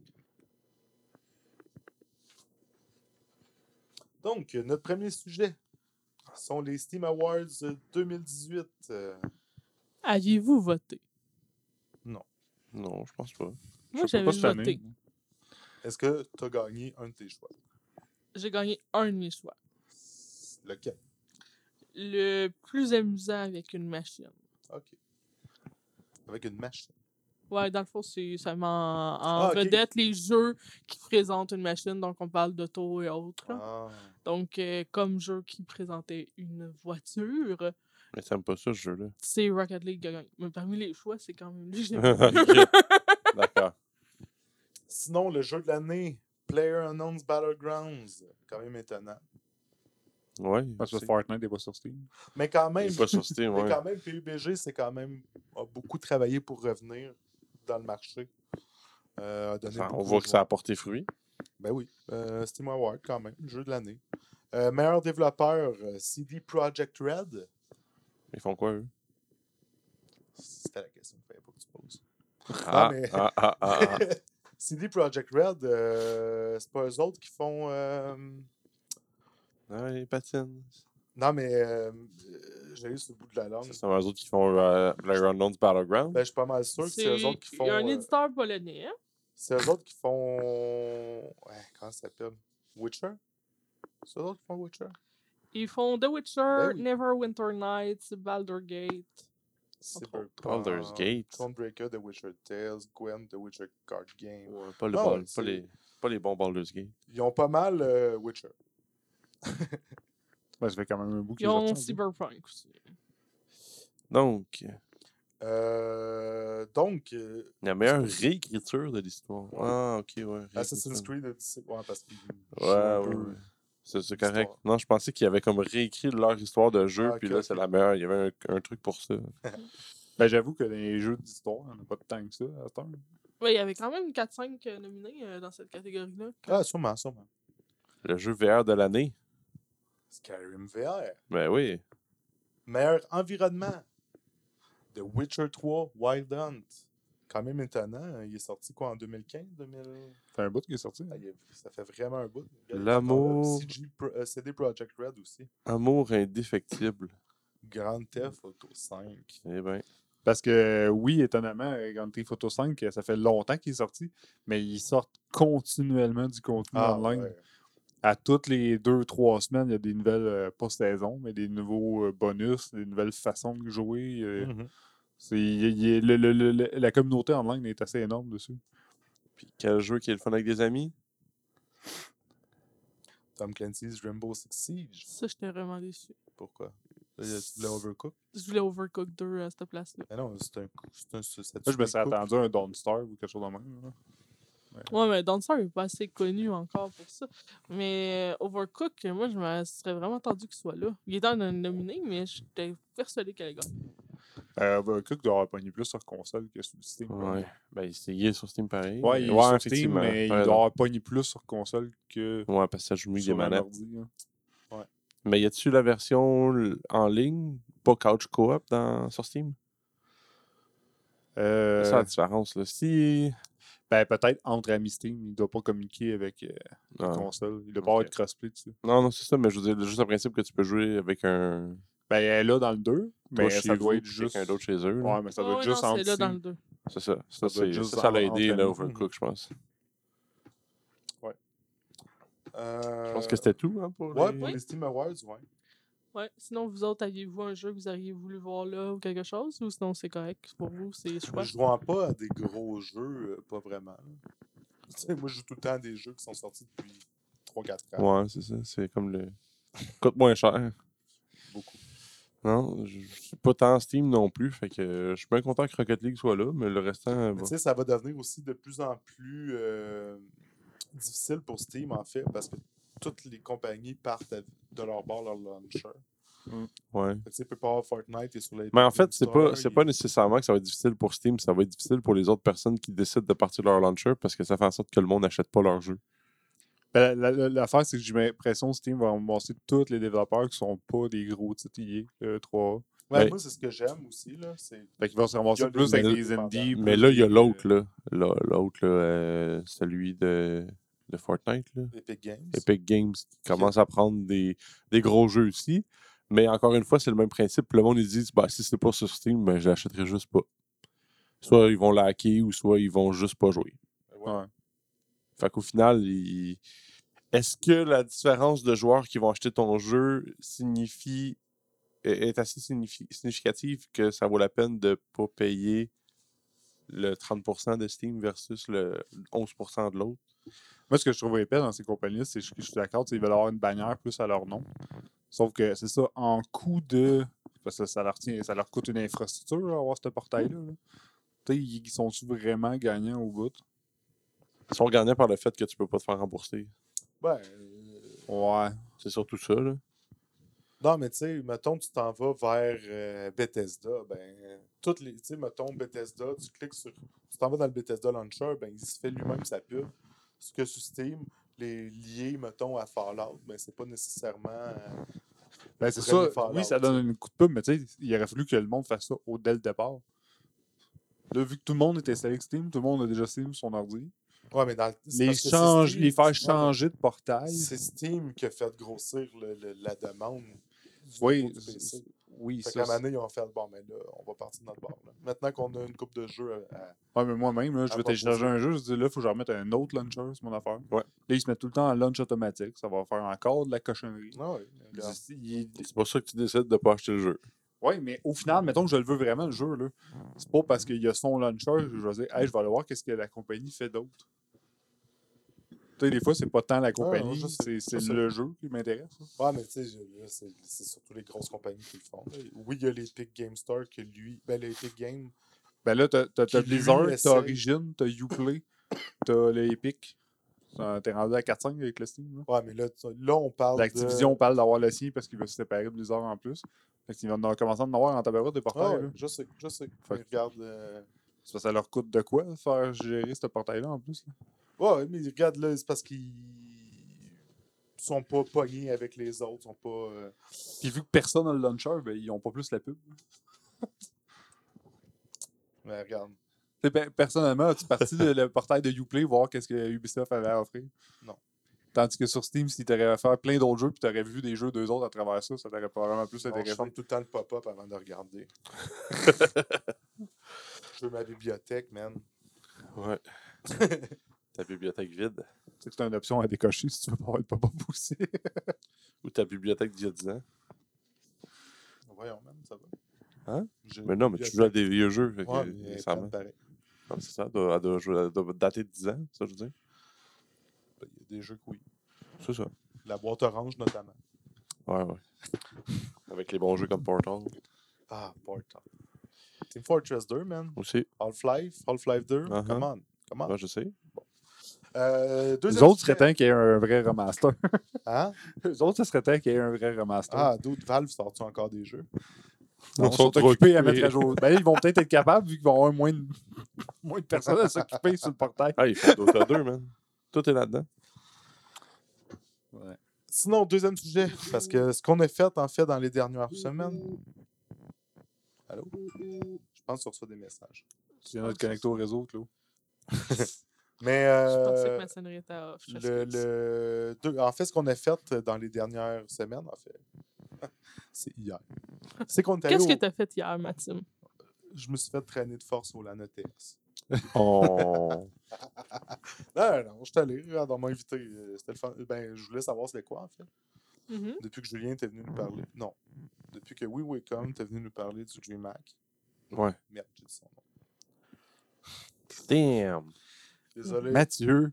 Donc, notre premier sujet sont les Steam Awards 2018. Aviez-vous voté? Non, je pense pas. Moi, Je sais j'avais pas cette année. voté. Est-ce que tu as gagné un de tes choix? J'ai gagné un de mes choix. Lequel? Le plus amusant avec une machine. OK. Avec une machine. Ouais, dans le fond, ça met en Ah, ok. vedette les jeux qui présentent une machine. Donc, on parle d'auto et autres. Là. Ah. Donc, comme jeu qui présentait une voiture, Mais t'aimes pas ça, ce jeu-là. c'est Rocket League qui a gagné. Mais parmi les choix, c'est quand même lui. Ok. D'accord. Sinon, le jeu de l'année, PlayerUnknown's Battlegrounds. Quand même étonnant. Ouais. Parce que c'est- Fortnite n'est pas sur Steam. Mais quand même, Il est pas sur Steam, mais ouais. quand même, PUBG, c'est quand même a beaucoup travaillé pour revenir dans le marché. A donné On beaucoup voit de que ça a joueurs. porté fruit. Ben oui. Steam Award, quand même. Jeu de l'année. Meilleur développeur, CD Projekt Red. Ils font quoi, eux? C'était la question qu'il fallait pas que tu poses. Ah, mais- ah. CD Projekt Red, c'est pas eux autres qui font. Ah, les patines. Non, mais j'ai eu sur le bout de la langue. C'est eux autres qui font PlayerUnknown's Battleground. Ben, je suis pas mal sûr que c'est eux autres qui Il font. y a un éditeur polonais. Hein? C'est eux autres qui font. Ouais, comment ça s'appelle? Witcher? C'est eux autres qui font Witcher? Ils font The Witcher, Ben oui. Neverwinter Nights, Baldur's Gate. Cyberpunk, Baldur's Gate. Thronebreaker, The Witcher Tales, Gwent, The Witcher Card Game. Ouais, pas, le Ah, ball- ouais, pas les bons Baldur's Gate. Ils ont pas mal Witcher. Ouais, ça fait quand même un bout Ils qu'ils ont sortent. Cyberpunk aussi. Donc, Donc, la meilleure réécriture de l'histoire. Ouais. Ah, ok, ouais. Assassin's réécriture. Creed Odyssey. Ouais, parce qu'ils jouent Ouais, un ouais, peu. ouais. C'est correct. l'histoire. Non, je pensais qu'ils avaient comme réécrit leur histoire de jeu, Ah, puis ok, là, ok. c'est la meilleure. Il y avait un truc pour ça. Ben, j'avoue que dans les jeux d'histoire, on n'a pas de temps que ça à cette heure. Ouais, il y avait quand même 4-5 nominés dans cette catégorie-là. Ah, sûrement. Le jeu VR de l'année. Skyrim VR. Ben oui. Meilleur environnement. The Witcher 3 Wild Hunt. Quand même étonnant. Il est sorti quoi en 2015 2000... C'est un bout qui est sorti. Ça fait vraiment un bout. L'amour. CD Projekt Red aussi. Amour indéfectible. Grand Theft Auto 5. Eh bien. Parce que, oui, étonnamment, Grand Theft Auto 5, ça fait longtemps qu'il est sorti, mais ils sortent continuellement du contenu online. Ouais. À toutes les 2-3 semaines, il y a des nouvelles, pas saisons, mais des nouveaux bonus, des nouvelles façons de jouer. Mhm. La communauté online est assez énorme dessus. Puis quel jeu qui est le fun avec des amis? Tom Clancy's Rainbow Six Siege. Ça, j'étais vraiment déçu. Pourquoi? Tu voulais Overcook? Je voulais Overcook 2 à cette place-là. Mais non, Moi, je me serais attendu à un Dawn Star ou quelque chose de même. Là. Ouais, mais Dawnstar n'est pas assez connu encore pour ça. Mais Overcook, moi, je me serais vraiment attendu qu'il soit là. Il est nominé, mais j'étais persuadé qu'elle allait gagner. Overcooked doit avoir pogné plus sur console que sur Steam. Ouais. Ben, il est sur Steam pareil. Ouais, il est sur Steam, effectivement. mais il doit avoir pogné plus sur console que Ouais, parce que ça joue mieux des sur un manettes. ordi. Hein. Ouais. Mais y a-tu la version en ligne, pas couch co-op sur Steam? C'est ça la différence. Là. Si. Ben, peut-être entre amis Steam, il ne doit pas communiquer avec les consoles. Il doit pas avoir de crossplay dessus. Non, c'est ça, mais je veux dire, juste le principe que tu peux jouer avec un. Ben, elle est là dans le 2, mais ça doit être juste. Quelqu'un d'autre chez eux. Là. Ouais, mais ça doit être juste non, entre c'est là dans Steam. le 2. C'est ça. Ça doit être juste Ça l'a aidé, entre là, amis. Overcook, je pense. Ouais. Je pense que c'était tout, hein, pour Ouais, les... pour les Steam Awards, ouais. Ouais. Sinon, vous autres, aviez-vous un jeu que vous auriez voulu voir là ou quelque chose? Ou sinon, c'est correct pour vous? C'est chouette? Je joue pas à des gros jeux, pas vraiment. Tu sais, moi, je joue tout le temps à des jeux qui sont sortis depuis 3-4 ans. Ouais, c'est ça. C'est comme le. Coûte moins cher. Beaucoup. Non, je suis pas tant Steam non plus. Fait que je suis bien content que Rocket League soit là, mais le restant. Mais tu sais, ça va devenir aussi de plus en plus difficile pour Steam, en fait, parce que toutes les compagnies partent de leur bord leur launcher. Ouais. Fait que tu sais, peut pas avoir Fortnite et sur les. Mais en fait, c'est pas nécessairement que ça va être difficile pour Steam, ça va être difficile pour les autres personnes qui décident de partir de leur launcher parce que ça fait en sorte que le monde n'achète pas leur jeu. Ben, l'affaire, c'est que j'ai l'impression que Steam va ramasser tous les développeurs qui sont pas des gros titres EA, 3A. Ouais, Ben, moi, c'est ce que j'aime aussi, là. Fait qu'il va se ramasser Il y a plus les avec des indépendants. indies. Mais plus là, il y a des, l'autre, là. L'autre, là, celui de Fortnite, là. Epic Games. Epic Games qui commence à prendre des gros jeux aussi. Mais encore une fois, c'est le même principe. Le monde, ils disent, bah, si c'est pas sur Steam, ben, je l'achèterai juste pas. Soit ils vont la hacker ou soit ils vont juste pas jouer. Ouais. Fait qu'au final, est-ce que la différence de joueurs qui vont acheter ton jeu est assez significative que ça vaut la peine de pas payer le 30% de Steam versus le 11% de l'autre? Moi, ce que je trouve épais dans ces compagnies-là, c'est que je suis d'accord, ils veulent avoir une bannière plus à leur nom. Sauf que c'est ça, en coût de. Parce que ça leur coûte une infrastructure, là, avoir ce portail-là. Là. Tu sais, ils sont-ils vraiment gagnants au bout? Ils sont gagnants par le fait que tu peux pas te faire rembourser. Ben, Ouais. C'est surtout ça, là. non, mais tu sais, mettons, tu t'en vas vers Bethesda, ben, toutes les, tu sais, mettons, Bethesda, tu cliques sur, tu t'en vas dans le Bethesda Launcher, ben, il se fait lui-même sa pub. Ce que sur Steam, les liés, mettons, à Fallout, ben, c'est pas nécessairement... Ben, c'est vraiment ça. Fallout, Oui, ça donne un coup de pub, mais tu sais, il aurait fallu que le monde fasse ça dès le départ. Là, vu que tout le monde était installé avec Steam, tout le monde a déjà Steam sur son ordi. Ouais, mais dans Les faire changer de portail. C'est Steam qui a fait grossir la demande du Oui, niveau du PC. Oui, Fait ça. qu'à un moment donné, ils ont fait, bon, mais là, on va partir de notre bord. Là. Maintenant qu'on a une coupe de jeux Ouais, mais moi-même, là, je à veux télécharger proposer. un jeu, je dis là, il faut que je remette un autre launcher sur mon affaire. Ouais. Là, ils se mettent tout le temps en launch automatique. Ça va faire encore de la cochonnerie. Ah oui, regarde. C'est pour ça que tu décides de pas acheter le jeu. Oui, mais au final, mettons que je le veux vraiment, le jeu, là. C'est pas parce qu'il y a son launcher que je vais dire, hey, je vais aller voir qu'est-ce que la compagnie fait d'autre. Tu sais, des fois, c'est pas tant la compagnie, je sais, c'est je sais. le jeu qui m'intéresse. Ouais, mais tu sais, là, c'est surtout les grosses compagnies qui le font. Là. Oui, il y a l'Epic Game Store que lui. Ben, l'Epic Game. Ben là, t'as Qui, Blizzard, lui, t'as essaie. Origin, t'as Uplay, t'as le Epic. T'es rendu à 4-5 avec le Steam. Là. Ouais, mais là on parle L'Activision parle d'avoir le sien parce qu'il veut se séparer de Blizzard en plus. Fait qu'ils vont commencer à en avoir en tabarouette des portails. Ah ouais, là. je sais. Fait Mais que- regarde. C'est parce que ça leur coûte de quoi de faire gérer ce portail-là en plus. Là. Ouais, mais regarde, là, c'est parce qu'ils sont pas pognés avec les autres. Sont pas. Puis vu que personne n'a le launcher, ben ils ont pas plus la pub. Mais regarde. Personnellement, as-tu parti le portail de Uplay voir qu'est-ce que Ubisoft avait à offrir? Non. Tandis que sur Steam, si tu aurais fait plein d'autres jeux puis tu aurais vu des jeux d'eux autres à travers ça, ça t'aurait probablement plus Non, je intéressé. ferme tout le temps le pop-up avant de regarder. Je veux ma bibliothèque, man. Ouais. Ta bibliothèque vide. Tu sais que c'est une option à décocher si tu veux pas avoir le pop-up aussi. Ou ta bibliothèque d'il y a 10 ans. Voyons, man, ça va. Hein? J'ai Mais une non, mais tu joues à des vieux jeux. Fait que, Ouais, mais ça plate pareil. Non, c'est ça, elle doit dater de 10 ans, ça je veux dire. Il y a des jeux que oui. C'est ça. La boîte orange, notamment. Ouais. Avec les bons jeux comme Portal. Ah, Portal. Team Fortress 2, man. Aussi. Half-Life 2. Uh-huh. Come on. Ouais, je sais. Les autres, ce serait temps qu'il y ait un vrai remaster. Hein? Les autres, ce serait temps qu'il y ait un vrai remaster. Ah, d'autres Valve sortent encore des jeux? Non, ils sont occupés à mettre à jour. Ben, ils vont peut-être être capables vu qu'ils vont avoir moins de personnes à s'occuper sur le portail. Ah, ils font Dota 2, man. Tout est là-dedans. Ouais. Sinon, deuxième sujet, parce que ce qu'on a fait, en fait, dans les dernières semaines... Allô? Je pense qu'on reçoit des messages. Tu viens de te connecter au réseau, Claude. Mais Je pensais que ma sonnerie était off. en fait, ce qu'on a fait dans les dernières semaines, en fait, c'est hier. C'est qu'on est allé Qu'est-ce que tu as fait hier, Maxime? Je me suis fait traîner de force au LAN ETS. Oh. Non, je suis allé. Regarde, on m'a invité. C'était le fun. Ben, je voulais savoir c'était quoi, en fait. Mhm. Depuis que Julien était venu nous parler. Non. Depuis que WeWacom était venu nous parler du DreamHack. Ouais. Merde, j'ai dit son nom. Damn. Désolé. Mathieu.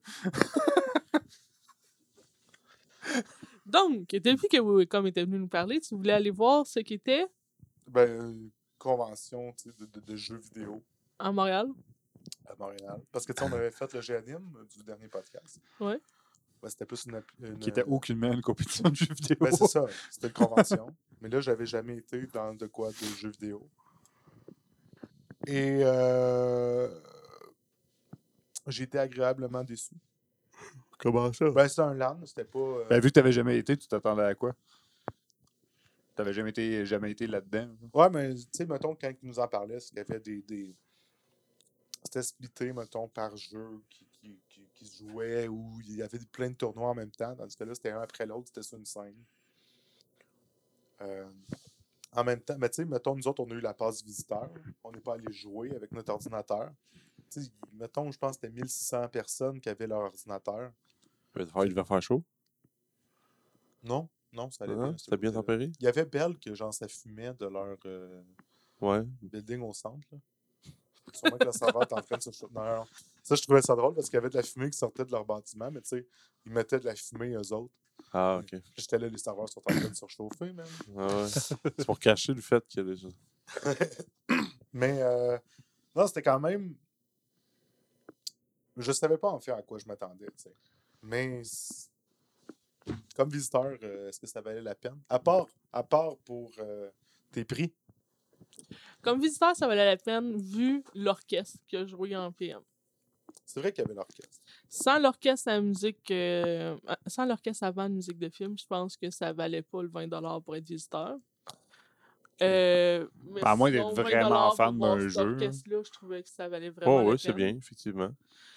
Donc, depuis que Wacom était venu nous parler, tu voulais aller voir ce qui était Ben, convention tu sais, de jeux vidéo à Montréal. à Montréal. Parce que, tu sais, on avait fait le GANIM du dernier podcast. Ouais. Ben, c'était plus une Qui était aucunement une compétition de jeux vidéo. Ben, c'est ça. C'était une convention. Mais là, j'avais jamais été dans de quoi de jeux vidéo. Et j'ai été agréablement déçu. Comment ça? Ben, c'était un LAN, c'était pas... Ben, vu que tu n'avais jamais été, tu t'attendais à quoi? Tu n'avais jamais été là-dedans. Ouais, mais tu sais, mettons, quand ils nous en parlaient, c'est qu'il y avait des... C'était splitté, mettons, par jeu qui se jouait, où il y avait plein de tournois en même temps, tandis que là, c'était un après l'autre, c'était sur une scène. En même temps, mais tu sais, mettons, nous autres, on a eu la passe visiteur. On n'est pas allé jouer avec notre ordinateur. Tu sais, mettons, je pense que c'était 1600 personnes qui avaient leur ordinateur. Il devait faire chaud. Non, ça allait Hein? bien. C'était bien tempéré? Il y avait Bell que, genre, ça fumait de leur Ouais. building au centre. Là. Sûrement que le serveur était en train de se chauffer. Non. Ça, je trouvais ça drôle parce qu'il y avait de la fumée qui sortait de leur bâtiment, mais tu sais, ils mettaient de la fumée eux autres. Ah, ok. Puis j'étais là, les serveurs sont en train de se réchauffer, même. Ah ouais. C'est pour cacher le fait qu'il y a des... Mais non, c'était quand même. Je savais pas en fait à quoi je m'attendais, tu sais. Mais comme visiteur, est-ce que ça valait la peine? À part pour tes prix. Comme visiteur, ça valait la peine vu l'orchestre qui a joué en PM. C'est vrai qu'il y avait l'orchestre. Sans l'orchestre à musique, sans l'orchestre avant de musique de film, je pense que ça valait pas le 20$ pour être visiteur. Mais À moins d'être sinon, vraiment 20$ fan pour voir d'un cet jeu. orchestre-là, je trouvais que ça valait vraiment Oh, la oui, c'est peine. bien, effectivement.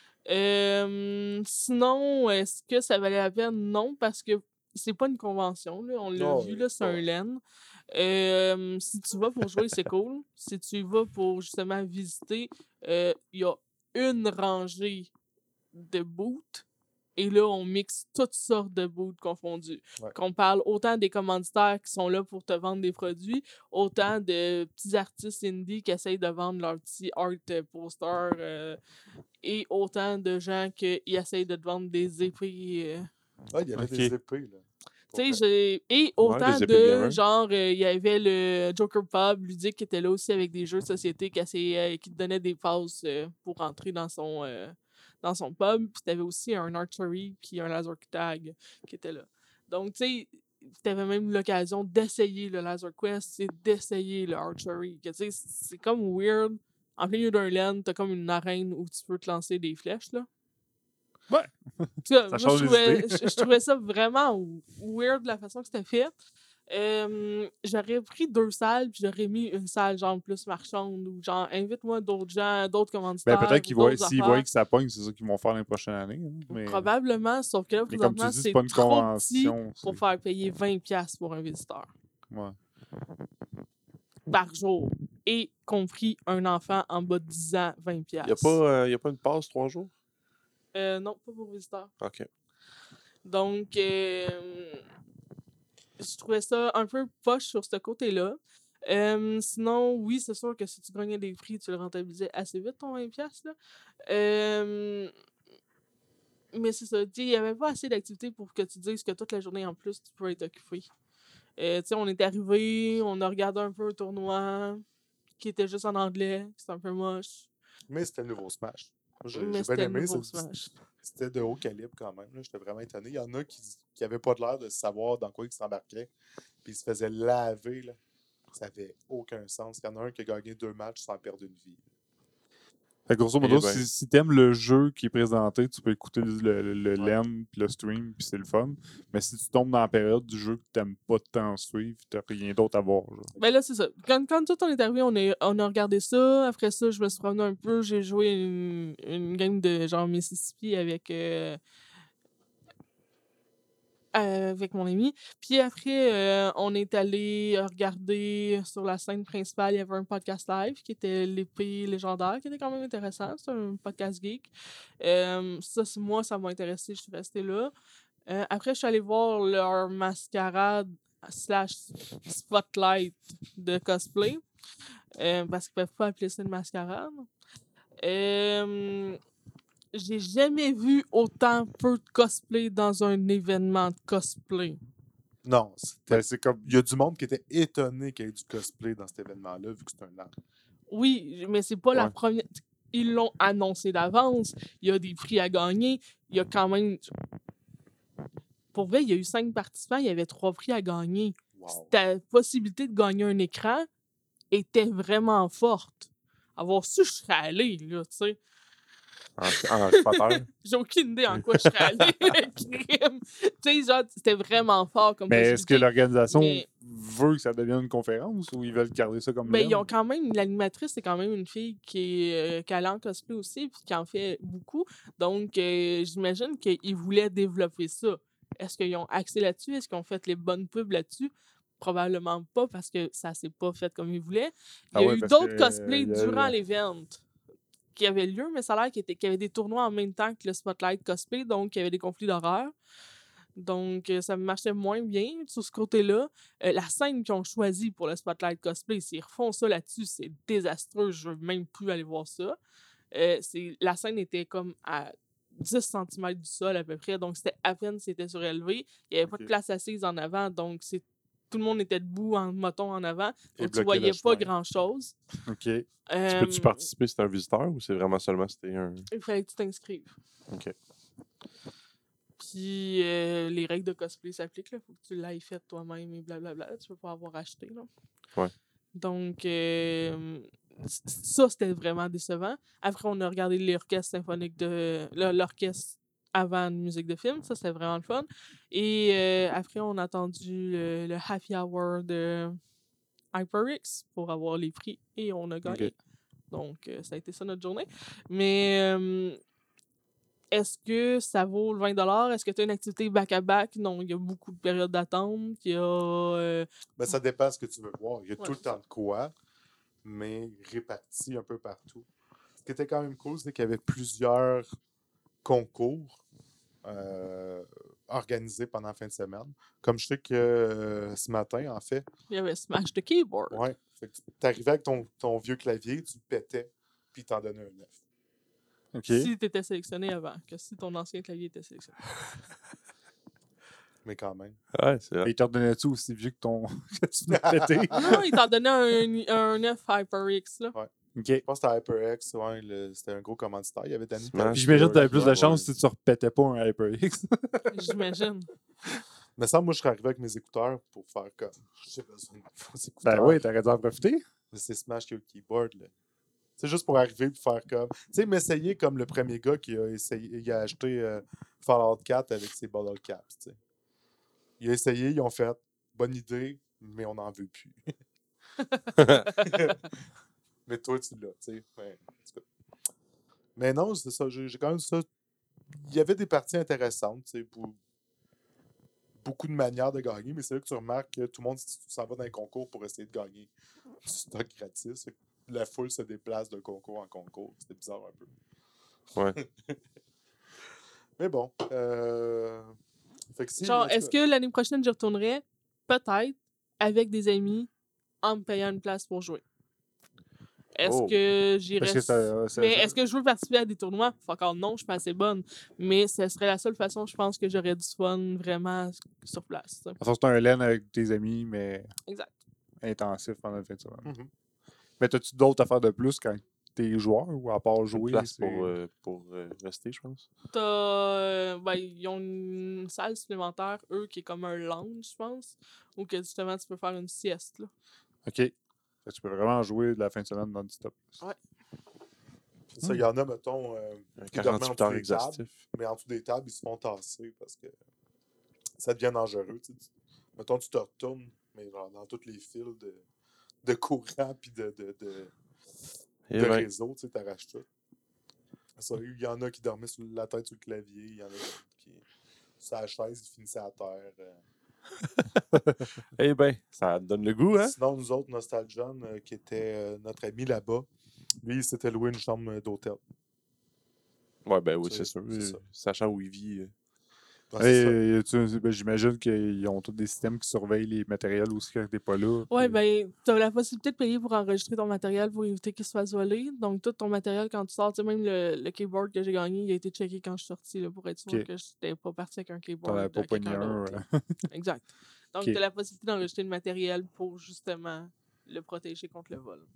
Sinon, est-ce que ça valait la peine? Non, parce que c'est pas une convention. Là. On l'a vu, là, c'est un LAN. Si tu vas pour jouer, c'est cool. Si tu vas pour justement visiter, il y a une rangée de booths. Et là, on mixe toutes sortes de booths confondus. Ouais. Qu'on parle autant des commanditaires qui sont là pour te vendre des produits, autant de petits artistes indie qui essayent de vendre leurs petits art posters, et autant de gens qui essayent de te vendre des épées. Ouais, il y avait Ok. des épées, là. Tu sais, et autant des épées de de gamer. genre, il y avait le Joker Pub ludique qui était là aussi avec des jeux de société qui te donnait des passes pour entrer dans son pub. Puis t'avais aussi un archery puis un laser tag qui était là. Donc, tu sais, t'avais même l'occasion d'essayer le Laser Quest et d'essayer le archery. Tu sais, c'est comme weird. En plein milieu d'un LAN, t'as comme une arène où tu peux te lancer des flèches, là. Ouais. Tu vois, Ça moi, change les idées. je trouvais ça vraiment weird de la façon que c'était fait. J'aurais pris 2 salles, puis j'aurais mis une salle genre plus marchande ou genre invite-moi d'autres gens, d'autres commanditaires Ben, peut-être ou qu'ils voient, d'autres s'ils voient affaires. que ça pogne, c'est ça qu'ils vont faire l'année prochaine année. Hein, mais Probablement, sauf que là, mais comme tu présentement, dis, c'est c'est pas une trop petit convention. pour faire payer 20$ pour un visiteur Ouais. par jour. Et compris un enfant en bas de 10 ans, 20$. Il n'y a pas une passe 3 jours? Non, pas pour visiteur. OK. Donc, je trouvais ça un peu poche sur ce côté-là. Sinon, oui, c'est sûr que si tu gagnais des prix, tu le rentabilisais assez vite, ton 20$. Là. Mais c'est ça, il n'y avait pas assez d'activités pour que tu dises que toute la journée en plus, tu peux être occupé. On est arrivé, on a regardé un peu un tournoi qui était juste en anglais, c'était un peu moche. Mais c'était le nouveau Smash. Moi, j'ai Mais bien c'était le aimé. nouveau Smash. C'était de haut calibre quand même. J'étais vraiment étonné. Il y en a qui n'avaient pas de l'air de savoir dans quoi ils s'embarquaient. Puis ils se faisaient laver. Là. Ça n'avait aucun sens. Il y en a un qui a gagné 2 matchs sans perdre une vie. Fait que grosso modo, si t'aimes le jeu qui est présenté, tu peux écouter le LAN puis le stream, puis c'est le fun. Mais si tu tombes dans la période du jeu que t'aimes pas tant suivre, t'as rien d'autre à voir. Genre. Ben là, c'est ça. Quand tout on est arrivé, on a regardé ça. Après ça, je me suis promené un peu. J'ai joué une game de genre Mississippi avec mon ami. Puis après, on est allé regarder sur la scène principale, il y avait un podcast live qui était l'épée légendaire, qui était quand même intéressant. C'est un podcast geek. Moi, ça m'a intéressé, je suis restée là. Après, je suis allée voir leur mascarade / spotlight de cosplay. Parce qu'ils peuvent pas appeler ça une mascarade. J'ai jamais vu autant peu de cosplay dans un événement de cosplay. Non, c'est comme. Il y a du monde qui était étonné qu'il y ait du cosplay dans cet événement-là, vu que c'est un art. Oui, mais c'est pas la première. Ils l'ont annoncé d'avance. Il y a des prix à gagner. Il y a quand même. Pour vrai, il y a eu 5 participants. Il y avait 3 prix à gagner. Wow. Ta possibilité de gagner un écran était vraiment forte. Avoir su, je serais allée, là, tu sais. En spotter. J'ai aucune idée en quoi je serais allée. Crime. Tu sais, genre, c'était vraiment fort comme Mais est-ce que possibilité. l'organisation Mais- veut que ça devienne une conférence ou ils veulent garder ça comme Ben, LAN? ils ont quand même, l'animatrice, c'est quand même une fille qui est en cosplay aussi, puis qui en fait beaucoup. Donc, j'imagine qu'ils voulaient développer ça. Est-ce qu'ils ont axé là-dessus? Est-ce qu'ils ont fait les bonnes pubs là-dessus? Probablement pas, parce que ça s'est pas fait comme ils voulaient. Il y a eu d'autres cosplays durant l'event qui avaient lieu, mais ça a l'air qu'il y avait des tournois en même temps que le Spotlight Cosplay, donc il y avait des conflits d'horaires. Donc, ça marchait moins bien sur ce côté-là. La scène qu'ils ont choisie pour le Spotlight Cosplay, s'ils refont ça là-dessus, c'est désastreux. Je veux même plus aller voir ça. La scène était comme à 10 cm du sol à peu près, donc c'était à peine si c'était surélevé. Il n'y avait pas de place assise en avant, donc tout le monde était debout en moton en avant, donc tu voyais pas grand-chose. OK. Peux-tu participer si t'es un visiteur ou c'est vraiment seulement si t'es un... Il fallait que tu t'inscrives. OK. Puis les règles de cosplay s'appliquent, là. Faut que tu l'aies fait toi-même et blablabla. Tu peux pas avoir acheté, là. Ouais. Donc, ça, c'était vraiment décevant. Après, on a regardé l'orchestre symphonique l'orchestre avant une musique de film. Ça, c'était vraiment le fun. Et après, on a attendu le happy hour de HyperX pour avoir les prix et on a gagné. Okay. Donc, ça a été ça notre journée. Mais est-ce que ça vaut le 20$? Est-ce que tu as une activité back-à-back? Non, il y a beaucoup de périodes d'attente. Il y a... Ben, ça dépend de ce que tu veux voir. Il y a tout le c'est temps de quoi, mais réparti un peu partout. Ce qui était quand même cool, c'est qu'il y avait plusieurs concours organisés pendant la fin de semaine. Comme je sais que ce matin, en fait... Il y avait Smash the Keyboard. Ouais. Fait que tu arrivais avec ton vieux clavier, tu le pétais, puis il t'en donnait un neuf. Okay. Si tu étais sélectionné avant, que si ton ancien clavier était sélectionné. Mais quand même. Ouais, c'est vrai. Et il t'en donnait-tu aussi vieux que que tu l'as pété? Non, il t'en donnait un 9 HyperX, là. Ouais. OK. Je pense que c'était HyperX, ouais, c'était un gros commanditaire. Il y avait Danny Smash. Puis j'imagine que tu avais plus de Ouais. chance si tu repétais pas un HyperX. J'imagine. Mais ça, moi, je serais arrivé avec mes écouteurs pour faire comme. J'ai besoin de faux écouteurs. Ben oui, t'aurais dû en profiter. Mais c'est Smash qui a le keyboard, là. C'est juste pour arriver et faire comme. Tu sais, m'essayer comme le premier gars qui a essayé. Il a acheté Fallout 4 avec ses bottle caps, tu sais. Il a essayé, ils ont fait. bonne idée, mais on n'en veut plus. Mais toi, tu l'as, tu sais. Mais non, c'est ça. J'ai quand même ça. Il y avait des parties intéressantes, tu sais, pour beaucoup de manières de gagner, mais c'est là que tu remarques que tout le monde s'en va dans les concours pour essayer de gagner du stock gratis. Fait que la foule se déplace de concours en concours. C'était bizarre un peu. Ouais. Mais bon. Fait que si, Genre, en tout est-ce cas, que l'année prochaine, je retournerais? Peut-être, avec des amis, en me payant une place pour jouer. Est-ce Oh. que j'irais... Parce que Mais est-ce que je veux participer à des tournois? Encore non, je suis pas assez bonne. Mais ce serait la seule façon, je pense, que j'aurais du fun vraiment sur place. Ça. à force, c'est un LAN avec tes amis, mais Exact. intensif pendant le fin de semaine. Mhm. Mais t'as-tu d'autres affaires de plus quand t'es joueur ou à part Une jouer? place c'est- pour rester, je pense. Ben, ils ont une salle supplémentaire, eux, qui est comme un lounge, je pense, où que justement tu peux faire une sieste. Là. OK. Fait que tu peux vraiment jouer de la fin de semaine non-stop. Ouais. c'est ça, il y en a, mettons, Un qui dorment en 48 dessous heures des tables, exhaustif. mais en dessous des tables, ils se font tasser parce que ça devient dangereux. Tu sais. Mettons, tu te retournes, mais genre dans tous les fils de courant puis Eh de ben, réseau, tu t'arraches tout. Ça, il y en a qui dormaient sur la tête sur le clavier, il y en a qui, sur la chaise, ils finissaient à terre. eh ben, ça donne le goût, hein? Sinon, nous autres, Nostalgion, qui était notre ami là-bas, lui, il s'était loué une chambre d'hôtel. Ouais, ben oui, C'est- c'est sûr. c'est ça. Sachant où il vit. Ouais, c'est ça. J'imagine qu'ils ont tous des systèmes qui surveillent les matériels aussi quand t'es pas là. Ouais, puis- ben, t'as la possibilité de payer pour enregistrer ton matériel pour éviter qu'il se fasse voler. Donc, tout ton matériel, quand tu sors, tu sais, même le keyboard que j'ai gagné, il a été checké quand je suis sorti, là, pour être sûr Ok. que je n'étais pas parti avec un T'en keyboard avais de pas pogné quelqu'un un. d'autre. là. Exact. Donc, Ok. t'as la possibilité d'enregistrer le matériel pour, justement, le protéger contre le vol.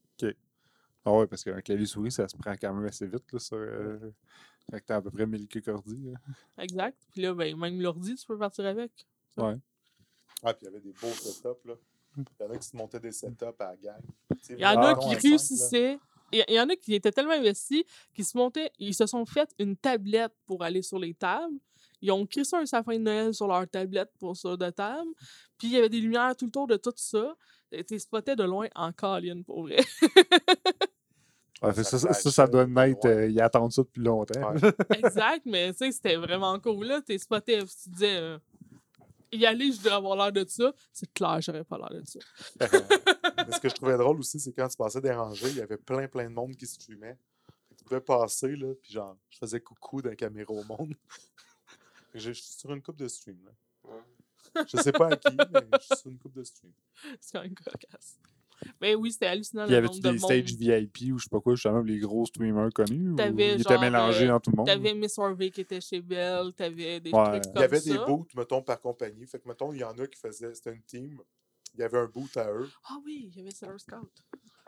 Ah ouais, parce qu'un clavier-souris, ça se prend quand même assez vite. Là, sur, quand t'as à peu près 1000 quelques ordi. Là. Exact. Puis là, ben, même l'ordi, tu peux partir avec. Ouais. Ah, puis il y avait des beaux setups, là. Il y en a qui se montaient des setups à la gang. Il y en a mettons, qui à cinq, réussissaient. Il y en a qui étaient tellement investis qu'ils se montaient, ils se sont fait une tablette pour aller sur les tables. Ils ont crissé un sapin de Noël sur leur tablette pour ça de table. Puis il y avait des lumières tout le tour de tout ça. T'es spoté de loin en colline pour vrai. Ouais, Ça ça doit flashait être. de loin. Ils attendent ça depuis longtemps. Ouais. Exact, mais tu sais, c'était vraiment cool. Là, t'es spoté, tu te disais, y aller, je devrais avoir l'air de ça. C'est clair, j'aurais pas l'air de ça. Mais ce que je trouvais drôle aussi, c'est quand tu passais des rangées, il y avait plein de monde qui streamait. Tu pouvais passer, là, puis genre, je faisais coucou d'un caméra au monde. Je suis sur une coupe de stream, là. Je sais pas à qui, mais je suis sur une coupe de stream. C'est quand même cocasse. Mais oui, c'était hallucinant Il y le avait-tu nombre de des monde. stages VIP ou je sais pas quoi, justement, les gros streamers connus? Ou T'avais ils étaient genre, mélangés dans tout le monde? T'avais Miss Harvey qui était chez Belle, t'avais des Ouais. trucs Il comme y avait ça. des booths, mettons, par compagnie. Fait que, mettons, il y en a qui faisaient, c'était une team. Il y avait un boot à eux. Ah oui, il y avait Sailor Scout.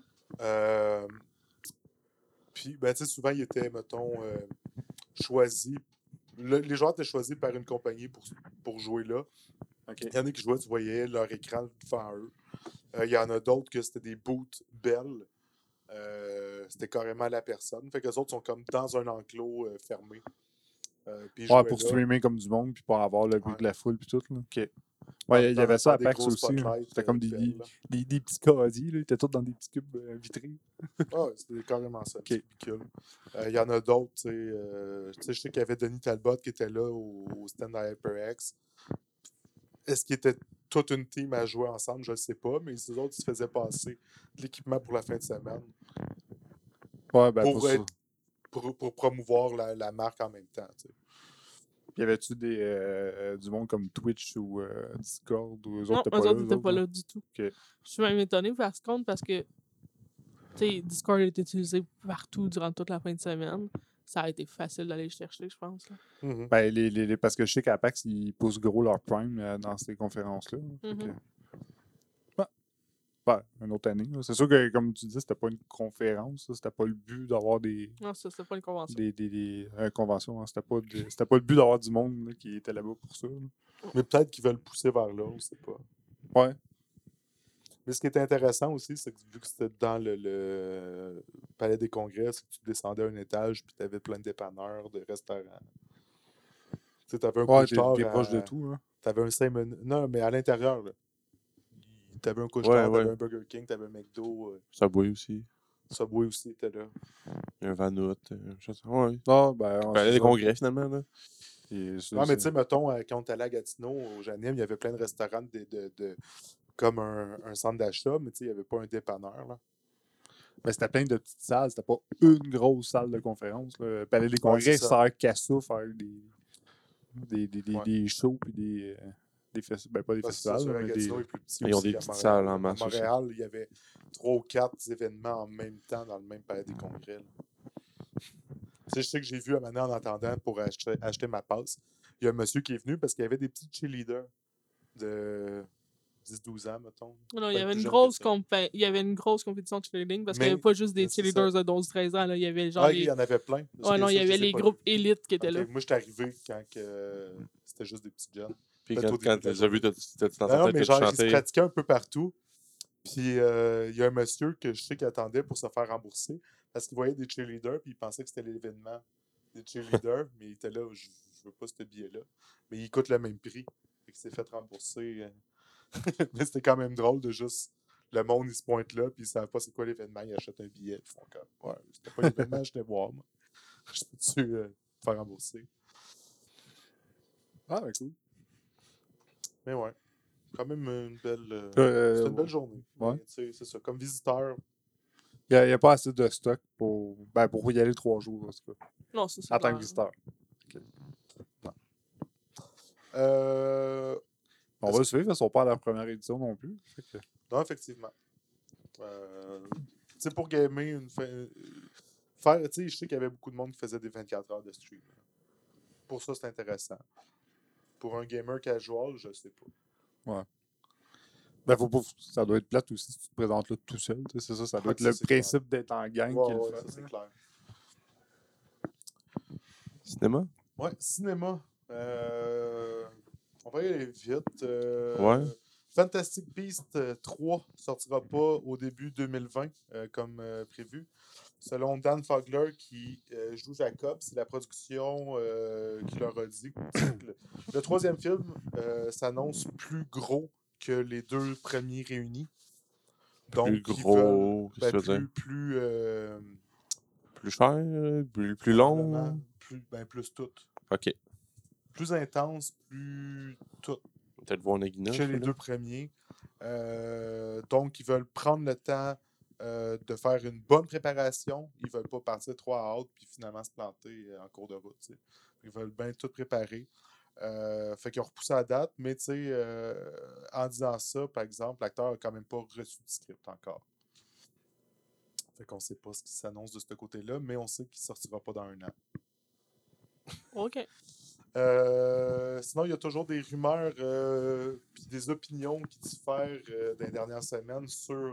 Puis, ben, tu sais, souvent, ils étaient, mettons, choisis. Les joueurs étaient choisis par une compagnie pour jouer là. OK. Il y en a qui jouaient, tu voyais leur écran devant eux. Il y en a d'autres que c'était des boots belles. C'était carrément la personne. Fait que les autres sont comme dans un enclos fermé. Puis ils Ouais, jouaient pour là. streamer comme du monde, puis pour avoir le bruit Ouais. de la foule, puis tout. Là. OK. Ouais, il y Dans- avait ça à dans des PAX gros aussi. Là. spotlights, C'était comme belles, là. des petits casiers. Là. Ils étaient tous dans des petits cubes vitrés. Ah, c'était carrément ça, un Ok. petit bicule. Il y en a d'autres, tu sais. Je sais qu'il y avait Denis Talbot qui était là au stand à HyperX. Est-ce qu'ils étaient toute une team à jouer ensemble? Je ne sais pas, mais les autres, ils se faisaient passer de l'équipement pour la fin de semaine Ouais, ben pour, pour ça. pour promouvoir la marque en même temps. Tu sais. Y avait-tu du monde comme Twitch ou Discord ou eux Non, autres eux autres eux n'étaient autres, pas là? là du tout. Ok. Je suis même étonnée par contre parce que, tu sais, Discord est utilisé partout durant toute la fin de semaine. Ça a été facile d'aller le chercher, je pense. Là. Mhm. Ben, parce que je sais qu'à PAX, ils poussent gros leur prime dans ces conférences-là. Fait que- Mhm. Ouais, une autre année. Là. C'est sûr que, comme tu dis, c'était pas une conférence. Là. C'était pas le but d'avoir Non, ça, c'était pas une convention. des conventions. Hein. C'était pas le but d'avoir du monde là, qui était là-bas pour ça. Là. Mais peut-être qu'ils veulent pousser vers là, on ne sait pas. Ouais. Mais ce qui était intéressant aussi, c'est que vu que c'était dans le palais des congrès, c'est que tu descendais un étage puis tu avais plein de dépanneurs, de restaurants. Tu sais, avais un Ouais, couche-tard t'es proche de tout. Hein. T'avais un 5 minutes. Non, mais à l'intérieur, là. T'avais un couche-tard, Ouais. t'avais un Burger King, t'avais un McDo. Subway aussi. Subway aussi était là. Un Vanout. Ouais. Non, ben, Ben, c'est les ça. congrès, finalement. Là. Non, mais tu sais, mettons, quand on est allé à Gatineau, au Janem, il y avait plein de restaurants comme un centre d'achat, mais tu sais, il n'y avait pas un dépanneur. Là. Ben, c'était plein de petites salles. C'était pas une grosse salle de conférence. Là. Le Palais des c'est congrès, ça. ça sert qu'à ça, faire Ouais. des shows puis des festivals. Ben, pas des Ah, c'est ça, festivals, celui à mais Gatineau est plus petit Ils ont aussi des qu'à petites Montréal. salles en masse À aussi. Montréal, il y avait 3 ou 4 événements en même temps dans le même palais des congrès. Là. Tu sais, je sais que j'ai vu à Mané en attendant pour acheter ma passe. Il y a un monsieur qui est venu parce qu'il y avait des petits cheerleaders de 10-12 ans, mettons. Non, il y Peut-être avait plus une jeune grosse que ça. il y avait une grosse compétition de cheerleading parce qu'il n'y Mais avait pas juste des c'est ça. cheerleaders de 12-13 ans. Là. Il y avait genre Ah, ok, il y en avait plein. Parce Ouais, que non, il y ça, je avait les ai les pas groupes vus. élites qui étaient Ok, là. moi, j'étais arrivé quand c'était juste des petits jeunes. Puis Peut-être au quand début de la tu as vu, journée. t'as dans Non, ta tête mais que tu genre, ils se chantais. pratiquaient un peu partout. Puis il y a un monsieur que je sais qui attendait pour se faire rembourser parce qu'il voyait des cheerleaders puis il pensait que c'était l'événement des cheerleaders, mais il était là, je veux pas ce billet-là. Mais il coûte le même prix. Fait qu'il s'est fait rembourser. Mais c'était quand même drôle de juste le monde, il se pointe là, puis ils savent pas c'est quoi l'événement, ils achètent un billet, ils font comme, ouais, c'était pas l'événement, je venais voir, moi. Je peux-tu me faire rembourser? Ah, ben, cool. Mais ouais, quand même une belle. C'était une belle journée. Ouais. Mais, tu sais, c'est ça. Comme visiteur, Il n'y a pas assez de stock pour y aller 3 jours, en tout cas. Non, ça, c'est En tant clair. que visiteur. euh, On va le suivre, ils ne sont pas à leur première édition non plus. Fait que... non, effectivement. Tu sais, pour gamer, faire, tu sais, je sais qu'il y avait beaucoup de monde qui faisait des 24 heures de stream. Pour ça, c'est intéressant. Pour un gamer casual, je sais pas. Ouais. Ben, ça doit être plate aussi si tu te présentes là tout seul. C'est ça, ça doit être ça, le c'est principe d'être en gang qui est le Ouais, fun. ça, c'est clair. Cinéma? Ouais, cinéma. On va y aller vite. Ouais. Fantastic Beasts 3 sortira pas au début 2020 comme prévu. Selon Dan Fogler qui joue Jacob, c'est la production qui leur a dit que le troisième film s'annonce plus gros que les 2 premiers réunis. Donc, Plus ils gros, veulent, qu'est-ce que tu veux dire? plus Plus cher, plus long. vraiment, plus tout. Ok. Plus intense, plus tout Peut-être voir Nagina. que les 2 premiers. Donc, ils veulent prendre le temps de faire une bonne préparation. Ils veulent pas partir trop à haute puis finalement se planter en cours de route. T'sais. Ils veulent bien tout préparer. Fait qu'ils ont repoussé la date, mais en disant ça, par exemple, l'acteur n'a quand même pas reçu de script encore. Fait qu'on sait pas ce qui s'annonce de ce côté-là, mais on sait qu'il sortira pas dans 1 an. OK. Sinon, il y a toujours des rumeurs puis des opinions qui diffèrent dans les dernières semaines sur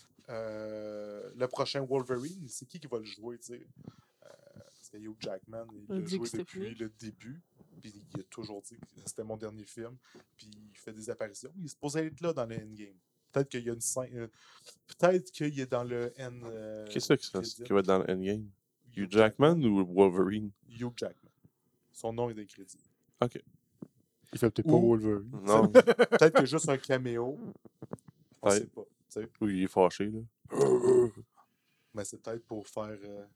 le prochain Wolverine. C'est qui va le jouer, tu sais? Parce que Hugh Jackman, il l'a joué depuis le début. Puis il a toujours dit que c'était mon dernier film. Puis il fait des apparitions. Il est supposé être là dans le Endgame. Peut-être qu'il y a une scène. Peut-être qu'il est dans le End. Qu'est-ce qui va être dans le Endgame? Hugh Jackman ou Wolverine? Hugh Jackman. Son nom est dans les crédits. Ok. Il fait peut-être pas Wolverine. Non. Peut-être qu'il y a juste un caméo. On Ouais. sait pas. T'sais. Ou il est fâché, là. Mais c'est peut-être pour faire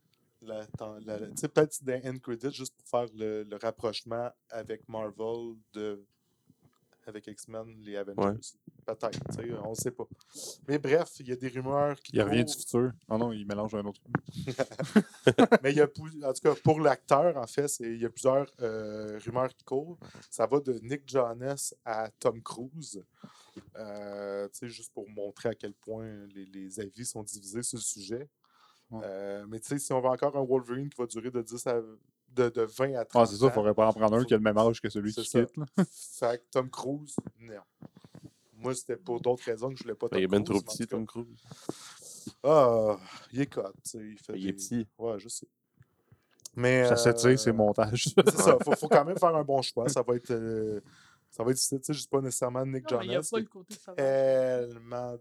tu sais, peut-être dans End Credit, juste pour faire le rapprochement avec Marvel avec X-Men, les Avengers. Ouais. Peut-être, tu sais, on ne sait pas. Mais bref, il y a des rumeurs qui Il revient du futur. Oh non, il mélange un autre. Mais il y a, en tout cas, pour l'acteur, en fait, il y a plusieurs rumeurs qui courent. Ça va de Nick Jonas à Tom Cruise. Tu sais, juste pour montrer à quel point les avis sont divisés sur le sujet. Ouais. Mais tu sais, si on veut encore un Wolverine qui va durer de 20 à 30 ans. C'est ça, il faudrait pas en prendre un qui a le même âge que celui qui quitte. Là. Fait que Tom Cruise, non. Moi, c'était pour d'autres raisons que je voulais pas Tom Cruise. Il est bien trop petit, Tom Cruise. Ah, il est cut. Il est petit. Ouais, je sais. Mais, ça s'étire, c'est montage. C'est ça, faut quand même faire un bon choix. Ça va être, tu sais, je dis pas nécessairement Nick Jonas. Il n'y a pas le côté sauvage. Tellement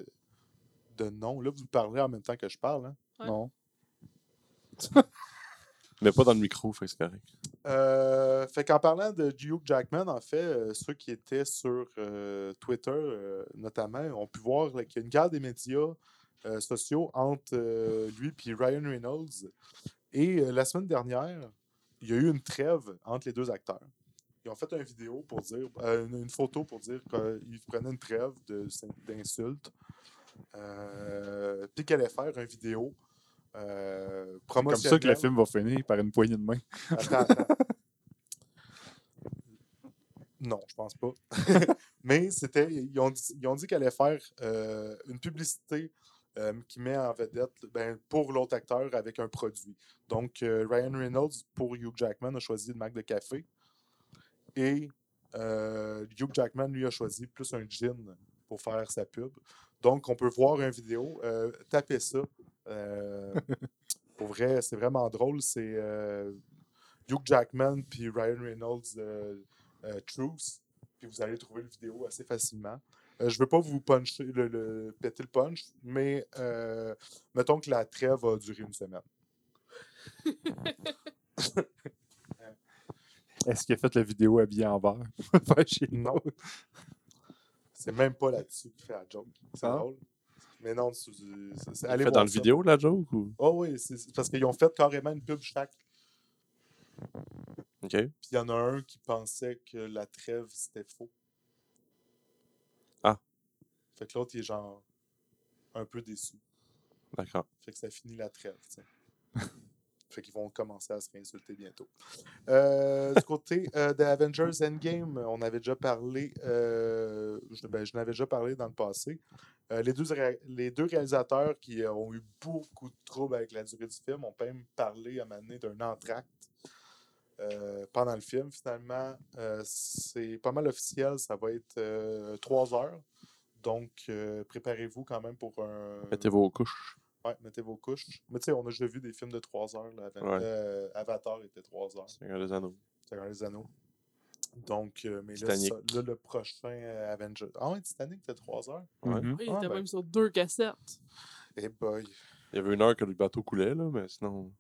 de noms. Là, vous parlez en même temps que je parle. Hein? Ouais. Non. Mais pas dans le micro, fait que c'est correct. Fait qu'en parlant de Hugh Jackman, en fait, ceux qui étaient sur Twitter, notamment, ont pu voir là, qu'il y a une guerre des médias sociaux entre lui et Ryan Reynolds. Et la semaine dernière, il y a eu une trêve entre les deux acteurs. Ils ont fait une vidéo pour dire, une photo pour dire qu'ils prenaient une trêve d'insultes. Puis qu'elle allait faire une vidéo C'est comme promotionnelle. ça que le film va finir, par une poignée de main. Attends. Non, je pense pas. Mais ils ont dit qu'elle allait faire une publicité qui met en vedette pour l'autre acteur avec un produit. Donc, Ryan Reynolds, pour Hugh Jackman, a choisi une marque de café. Et Hugh Jackman, lui, a choisi plus un gin pour faire sa pub. Donc, on peut voir une vidéo. Tapez ça. Pour vrai, c'est vraiment drôle. C'est Hugh Jackman puis Ryan Reynolds Truth. Puis vous allez trouver la vidéo assez facilement. Je veux pas vous puncher, péter le punch, mais mettons que la trêve va durer une semaine. Est-ce qu'il a fait la vidéo habillé en vert? Non. C'est même pas là-dessus qu'il fait la joke. C'est drôle. Mais non, allez fait dans le vidéo, la joke? Ou? Oh oui, c'est parce qu'ils ont fait carrément une pub chaque. OK. Puis il y en a un qui pensait que la trêve, c'était faux. Ah. Fait que l'autre, il est genre un peu déçu. D'accord. Fait que ça finit la trêve, tu sais. Fait qu'ils vont commencer à se réinsulter bientôt. Du côté de Avengers Endgame, on avait déjà parlé, je n'avais déjà parlé dans le passé. Les deux réalisateurs qui ont eu beaucoup de troubles avec la durée du film ont même parlé à un moment donné d'un entracte pendant le film. Finalement, c'est pas mal officiel, ça va être 3 heures. Donc, préparez-vous quand même pour un... Mettez vos couches. Ouais, mettez vos couches. Mais tu sais, on a déjà vu des films de 3 heures. Là, Avatar était 3 heures. Seigneur des Anneaux. Seigneur des Anneaux. Donc, mais Titanic. là, le prochain Avenger. Ah ouais, Titanic, c'était 3 heures. Ouais. Oui, il était ben. même sur 2 cassettes. Eh boy. Il y avait 1 heure que le bateau coulait, là, mais sinon.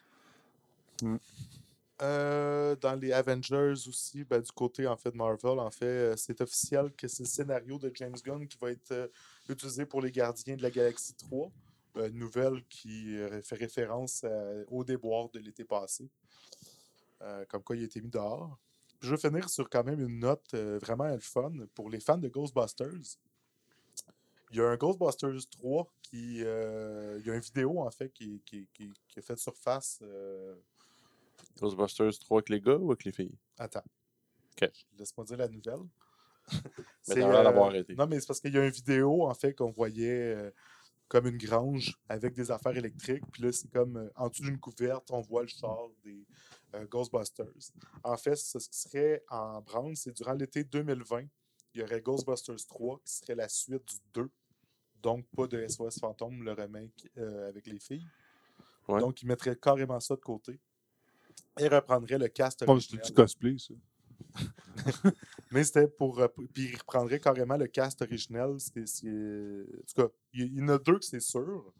Dans les Avengers aussi, ben, du côté en fait de Marvel, en fait, c'est officiel que c'est le scénario de James Gunn qui va être utilisé pour les Gardiens de la Galaxie 3. Une nouvelle qui fait référence au déboire de l'été passé. Comme quoi il a été mis dehors. Puis je vais finir sur quand même une note vraiment le fun pour les fans de Ghostbusters. Il y a un Ghostbusters 3 il y a une vidéo en fait qui a fait surface. Ghostbusters 3 avec les gars ou avec les filles? Attends. OK. Laisse-moi dire la nouvelle. Mais t'as l'air d'avoir arrêté. Non, mais c'est parce qu'il y a une vidéo, en fait, qu'on voyait comme une grange avec des affaires électriques. Puis là, c'est comme en dessous d'une couverte, on voit le char des Ghostbusters. En fait, ce qui serait en branle, c'est durant l'été 2020, il y aurait Ghostbusters 3 qui serait la suite du 2. Donc, pas de SOS Fantôme, le remake avec les filles. Ouais. Donc, ils mettraient carrément ça de côté. Et reprendraient le cast Oh, original. c'est du cosplay, ça. Mais c'était pour. Puis il reprendrait carrément le cast original. En tout cas, il y en a 2 que c'est sûr.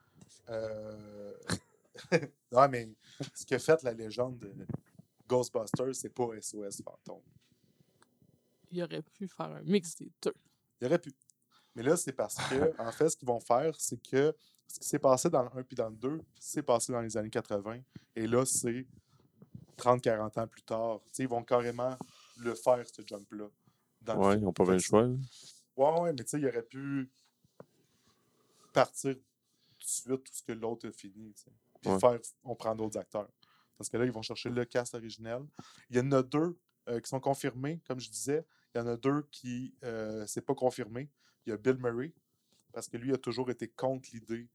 Non, mais ce qu'a fait la légende de Ghostbusters, c'est pas SOS Fantôme. Il aurait pu faire un mix des deux. Il aurait pu. Mais là, c'est parce que, en fait, ce qu'ils vont faire, c'est que ce qui s'est passé dans le 1 puis dans le 2, c'est passé dans les années 80. Et là, c'est 30-40 ans plus tard. T'sais, ils vont carrément le faire, ce jump-là. Ouais, ils n'ont pas bien le choix. Ouais, mais tu sais, il aurait pu partir tout de suite tout ce que l'autre a fini. T'sais. Puis on prend d'autres acteurs. Parce que là, ils vont chercher le cast originel. Il y en a 2 qui sont confirmés, comme je disais. Il y en a 2 qui c'est pas confirmé. Il y a Bill Murray, parce que lui a toujours été contre l'idée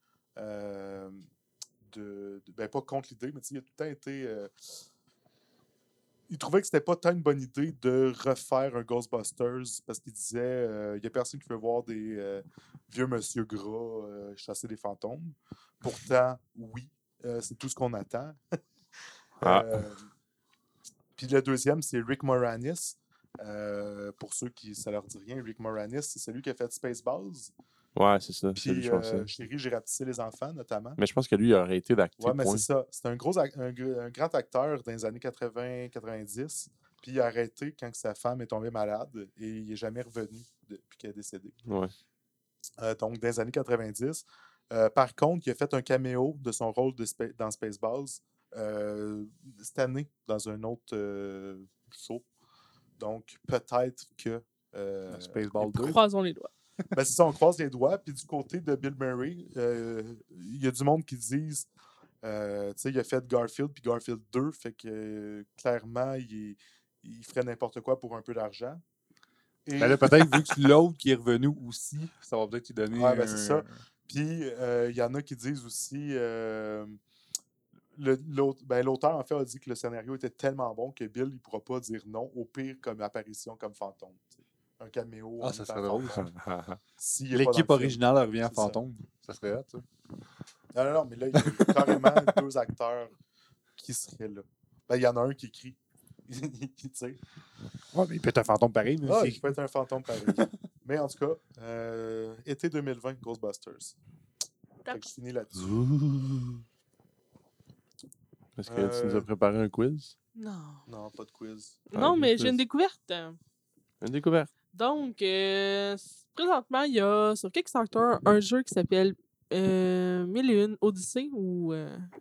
ben, pas contre l'idée, mais il a tout le temps été. Il trouvait que c'était pas tant une bonne idée de refaire un Ghostbusters parce qu'il disait il y a personne qui veut voir des vieux monsieur gras chasser des fantômes. Pourtant, oui, c'est tout ce qu'on attend. Puis le deuxième, c'est Rick Moranis. Pour ceux qui ça leur dit rien, Rick Moranis, c'est celui qui a fait Spaceballs. Ouais, c'est ça. C'est lui Puis qui pense ça. Chérie, j'ai rapetissé les enfants, notamment. Mais je pense que lui, il a arrêté d'acter. Ouais, mais point. c'est ça. C'est un un grand acteur dans les années 80-90. Puis il a arrêté quand sa femme est tombée malade et il n'est jamais revenu depuis qu'elle est décédée. Ouais. Donc, dans les années 90. Par contre, il a fait un caméo de son rôle dans Spaceballs cette année dans un autre show. Donc, peut-être que. Spaceball 2. Croisons les doigts. Ben, c'est ça, on croise les doigts. Puis du côté de Bill Murray, il y a du monde qui disent. Tu sais, il a fait Garfield puis Garfield 2. Fait que clairement, il ferait n'importe quoi pour un peu d'argent. Et... Ben là, peut-être, vu que l'autre qui est revenu aussi, ça va peut-être lui donner. Ouais, ben c'est ça. Puis, il y en a qui disent aussi. L'auteur, en fait, a dit que le scénario était tellement bon que Bill, il ne pourra pas dire non, au pire, comme apparition, comme fantôme. T'sais. Un caméo. Ah, ça serait drôle. L'équipe originale revient à C'est ça. Fantôme. Ça serait hot, ça. Non, mais là, il y a carrément 2 acteurs qui seraient là. Ben, il y en a un qui crie. Tu sais. Ouais, mais il peut être un fantôme pareil, mais Ah, aussi. il peut être un fantôme pareil. Mais en tout cas, été 2020, Ghostbusters. Fait que je finis là-dessus. Est-ce que tu nous as préparé un quiz? Non. Non, pas de quiz. Non, oui, mais quiz. j'ai une découverte. Une découverte. Donc, présentement, il y a sur Kickstarter un jeu qui s'appelle 1001 Odyssey ou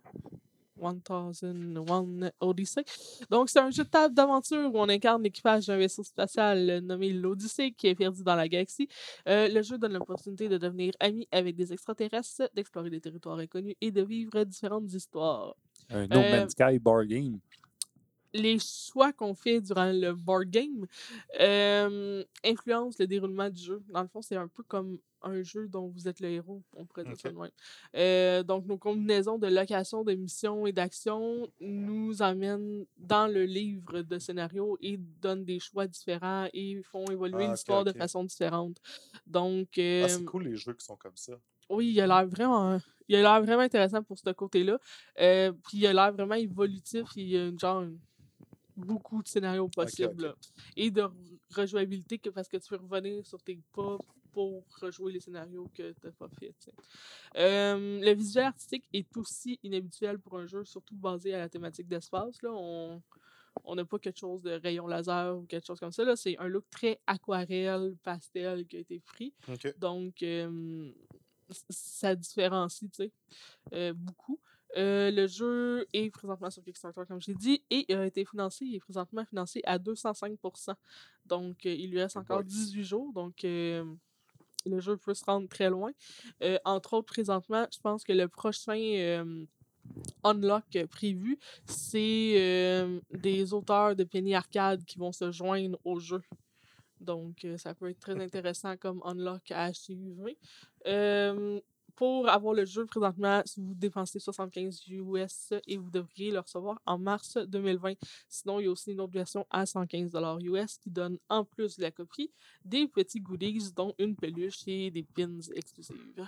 1001 Odyssey. Donc, c'est un jeu de table d'aventure où on incarne l'équipage d'un vaisseau spatial nommé l'Odyssée qui est perdu dans la galaxie. Le jeu donne l'opportunité de devenir ami avec des extraterrestres, d'explorer des territoires inconnus et de vivre différentes histoires. Un No Man's Sky bar game. Les choix qu'on fait durant le board game influencent le déroulement du jeu. Dans le fond, c'est un peu comme un jeu dont vous êtes le héros, on pourrait dire ça de même. Donc, nos combinaisons de location, de missions et d'actions nous amènent dans le livre de scénario et donnent des choix différents et font évoluer l'histoire de façon différente. Donc, c'est cool les jeux qui sont comme ça. oui, il a l'air vraiment intéressant pour ce côté-là. Puis il a l'air vraiment évolutif. Il y a beaucoup de scénarios possibles. Là. Et de rejouabilité parce que tu peux revenir sur tes pas pour rejouer les scénarios que tu n'as pas fait. Le visuel artistique est aussi inhabituel pour un jeu, surtout basé à la thématique d'espace. Là. On n'a pas quelque chose de rayon laser ou quelque chose comme ça. Là. C'est un look très aquarelle, pastel qui a été pris. Okay. Donc, ça différencie beaucoup. Le jeu est présentement sur Kickstarter, comme j'ai dit, et il est présentement financé à 205%. Donc, il lui reste encore 18 jours. Donc, le jeu peut se rendre très loin. Entre autres, présentement, je pense que le prochain unlock prévu, c'est des auteurs de Penny Arcade qui vont se joindre au jeu. Donc, ça peut être très intéressant comme unlock à suivre. Pour avoir le jeu présentement, si vous dépensez 75 US et vous devriez le recevoir en mars 2020. Sinon, il y a aussi une autre version à 115 US qui donne, en plus de la copie, des petits goodies, dont une peluche et des pins exclusives.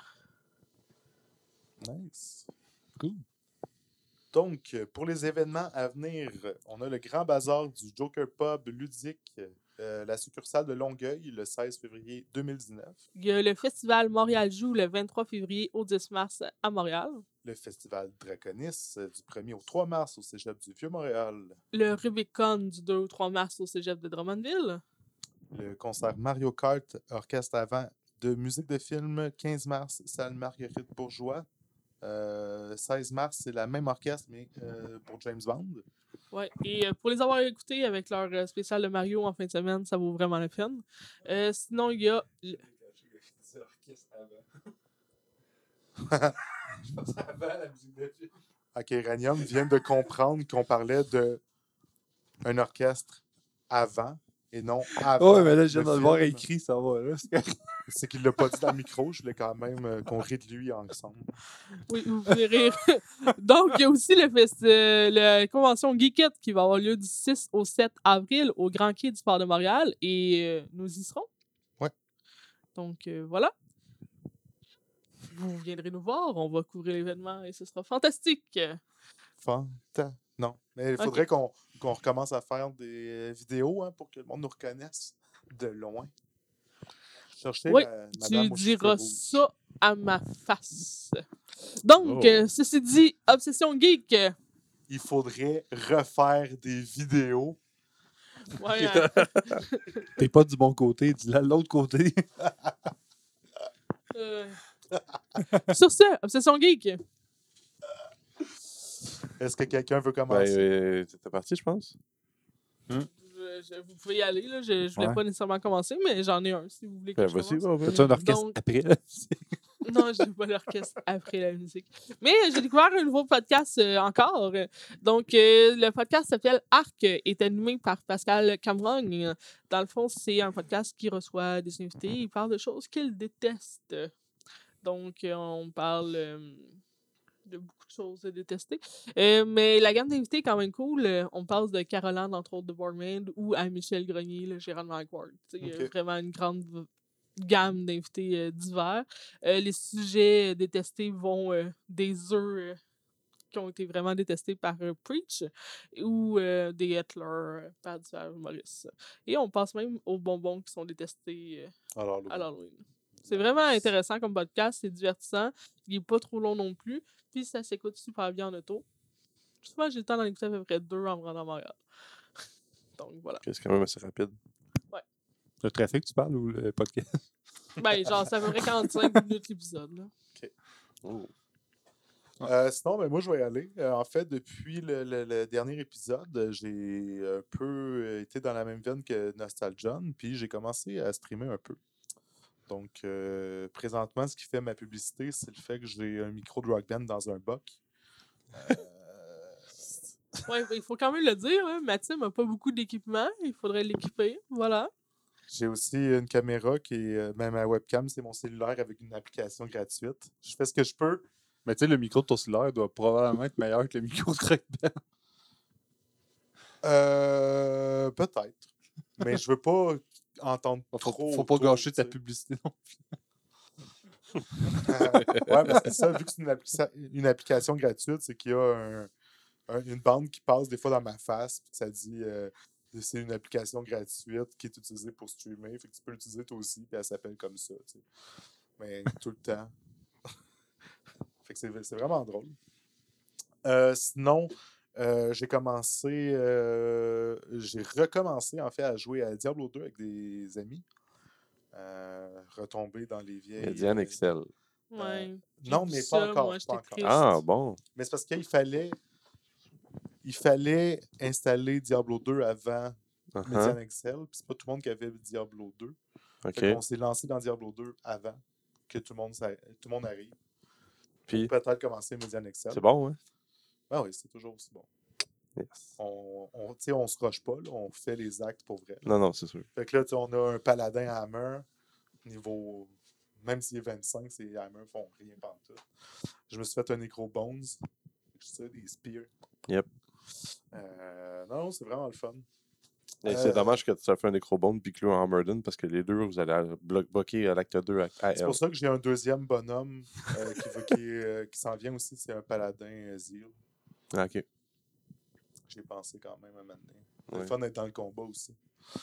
Nice. Cool. Donc, pour les événements à venir, on a le grand bazar du Joker Pub ludique, la succursale de Longueuil, le 16 février 2019. Il y a le festival Montréal Joue le 23 février au 10 mars à Montréal. Le festival Draconis du 1er au 3 mars au Cégep du Vieux-Montréal. Le Rubicon du 2 au 3 mars au Cégep de Drummondville. Le concert Mario Kart, orchestre avant de musique de film, 15 mars, salle Marguerite Bourgeois. 16 mars, c'est la même orchestre, mais pour James Bond. Ouais, et pour les avoir écoutés avec leur spécial de Mario en fin de semaine, ça vaut vraiment la peine. Sinon, il y a... Je pensais avant la musique de film. Ok, Ranium vient de comprendre qu'on parlait d'un orchestre avant et non avant. Ouais, mais là, je viens le de le voir film. écrit, ça va. Là. C'est qu'il l'a pas dit dans le micro, je voulais quand même qu'on rit de lui ensemble. Oui, vous pouvez rire. Donc, il y a aussi la convention Geekette qui va avoir lieu du 6 au 7 avril au Grand Quai du Port de Montréal et nous y serons. Ouais. Donc, voilà. Vous viendrez nous voir, on va couvrir l'événement et ce sera fantastique. Non, mais il faudrait qu'on recommence à faire des vidéos pour que le monde nous reconnaisse de loin. cherchais Oui, madame tu aux cheveux diras rouges. ça à ma face. Donc, Oh. ceci dit, Obsession Geek. Il faudrait refaire des vidéos. Ouais, T'es pas du bon côté, dis-le de l'autre côté. euh, Sur ce, Obsession Geek. Est-ce que quelqu'un veut Ben, commencer? t'étais parti, je pense. Vous pouvez y aller, là. Je voulais Ouais. pas nécessairement commencer, mais j'en ai un si vous voulez que Ben, je vas-y, commence. ouais. As-tu un orchestre Donc- après? Là? Non, je n'ai pas l'orchestre après la musique. Mais j'ai découvert un nouveau podcast encore. Donc, le podcast s'appelle Arc, est animé par Pascal Cameron. Dans le fond, c'est un podcast qui reçoit des invités. Il parle de choses qu'il déteste. Donc, on parle de beaucoup de choses à détester. Mais la gamme d'invités est quand même cool. On passe de Caroline, entre autres, de Boardman, ou à Michel Grenier, le Gérald McWard. Il y a Ok. vraiment une grande gamme d'invités divers. Les sujets détestés vont des œufs qui ont été vraiment détestés par Preach ou des Hitler par divers humoristes. Et on passe même aux bonbons qui sont détestés Alors, à l'Halloween. C'est vraiment intéressant comme podcast, c'est divertissant. Il n'est pas trop long non plus, puis ça s'écoute super bien en auto. Souvent, j'ai le temps d'en écouter à peu près 2 en me rendant à Montréal. Donc voilà. C'est quand même assez rapide. Le trafic, tu parles, ou le podcast? Ben, genre, c'est à peu près 45 minutes l'épisode. Là. Oh. Sinon, ben, moi, je vais y aller. En fait, depuis le dernier épisode, j'ai un peu été dans la même veine que Nostalgion, puis j'ai commencé à streamer un peu. Donc, présentement, ce qui fait ma publicité, c'est le fait que j'ai un micro de Rock Band dans un boc. Ouais, il faut quand même le dire, hein. Mathieu n'a pas beaucoup d'équipement, il faudrait l'équiper. Voilà. J'ai aussi une caméra qui est. Ben, ma webcam, c'est mon cellulaire avec une application gratuite. Je fais ce que je peux. Mais tu sais, le micro de ton cellulaire doit probablement être meilleur que le micro de Rock Band. Peut-être. Mais je veux pas entendre trop. Faut pas autour, gâcher ta tu sais. publicité, non? Ouais, parce que ça, vu que c'est une application gratuite, c'est qu'il y a une bande qui passe des fois dans ma face, puis que ça dit c'est une application gratuite qui est utilisée pour streamer. Fait que tu peux l'utiliser toi aussi, puis elle s'appelle comme ça. Tu sais. Mais tout le temps. Fait que c'est vraiment drôle. Sinon, j'ai recommencé en fait à jouer à Diablo 2 avec des amis. Retomber dans les vieilles. Diane Excel. Ouais. J'ai non, vu mais ça, pas encore. moi, j'étais Pas encore. triste. Ah, bon. Mais c'est parce qu'il fallait installer Diablo 2 avant Median Excel. Puis c'est pas tout le monde qui avait Diablo 2. OK. Fait qu'on s'est lancé dans Diablo 2 avant que tout le monde arrive. Puis, Peut-être commencer Median Excel. c'est bon, hein? Ah oui, c'est toujours aussi bon. Yes. On se rush pas, là, on fait les actes pour vrai. Non, non, c'est sûr. Fait que là, on a un paladin hammer, niveau. Même s'il est 25, ces hammers font rien pantoute. Je me suis fait un necro-bones. C'est ça, des spears. Yep. Non, c'est vraiment le fun. Et c'est dommage que tu aies fait un Necrobone puis que lui en Murden parce que les deux, vous allez bloquer à l'acte 2 à C'est L. pour ça que j'ai un deuxième bonhomme qui s'en vient aussi. C'est un paladin Zeal. Ah, OK. J'ai pensé quand même à maintenant. C'est Ouais. le fun d'être dans le combat aussi.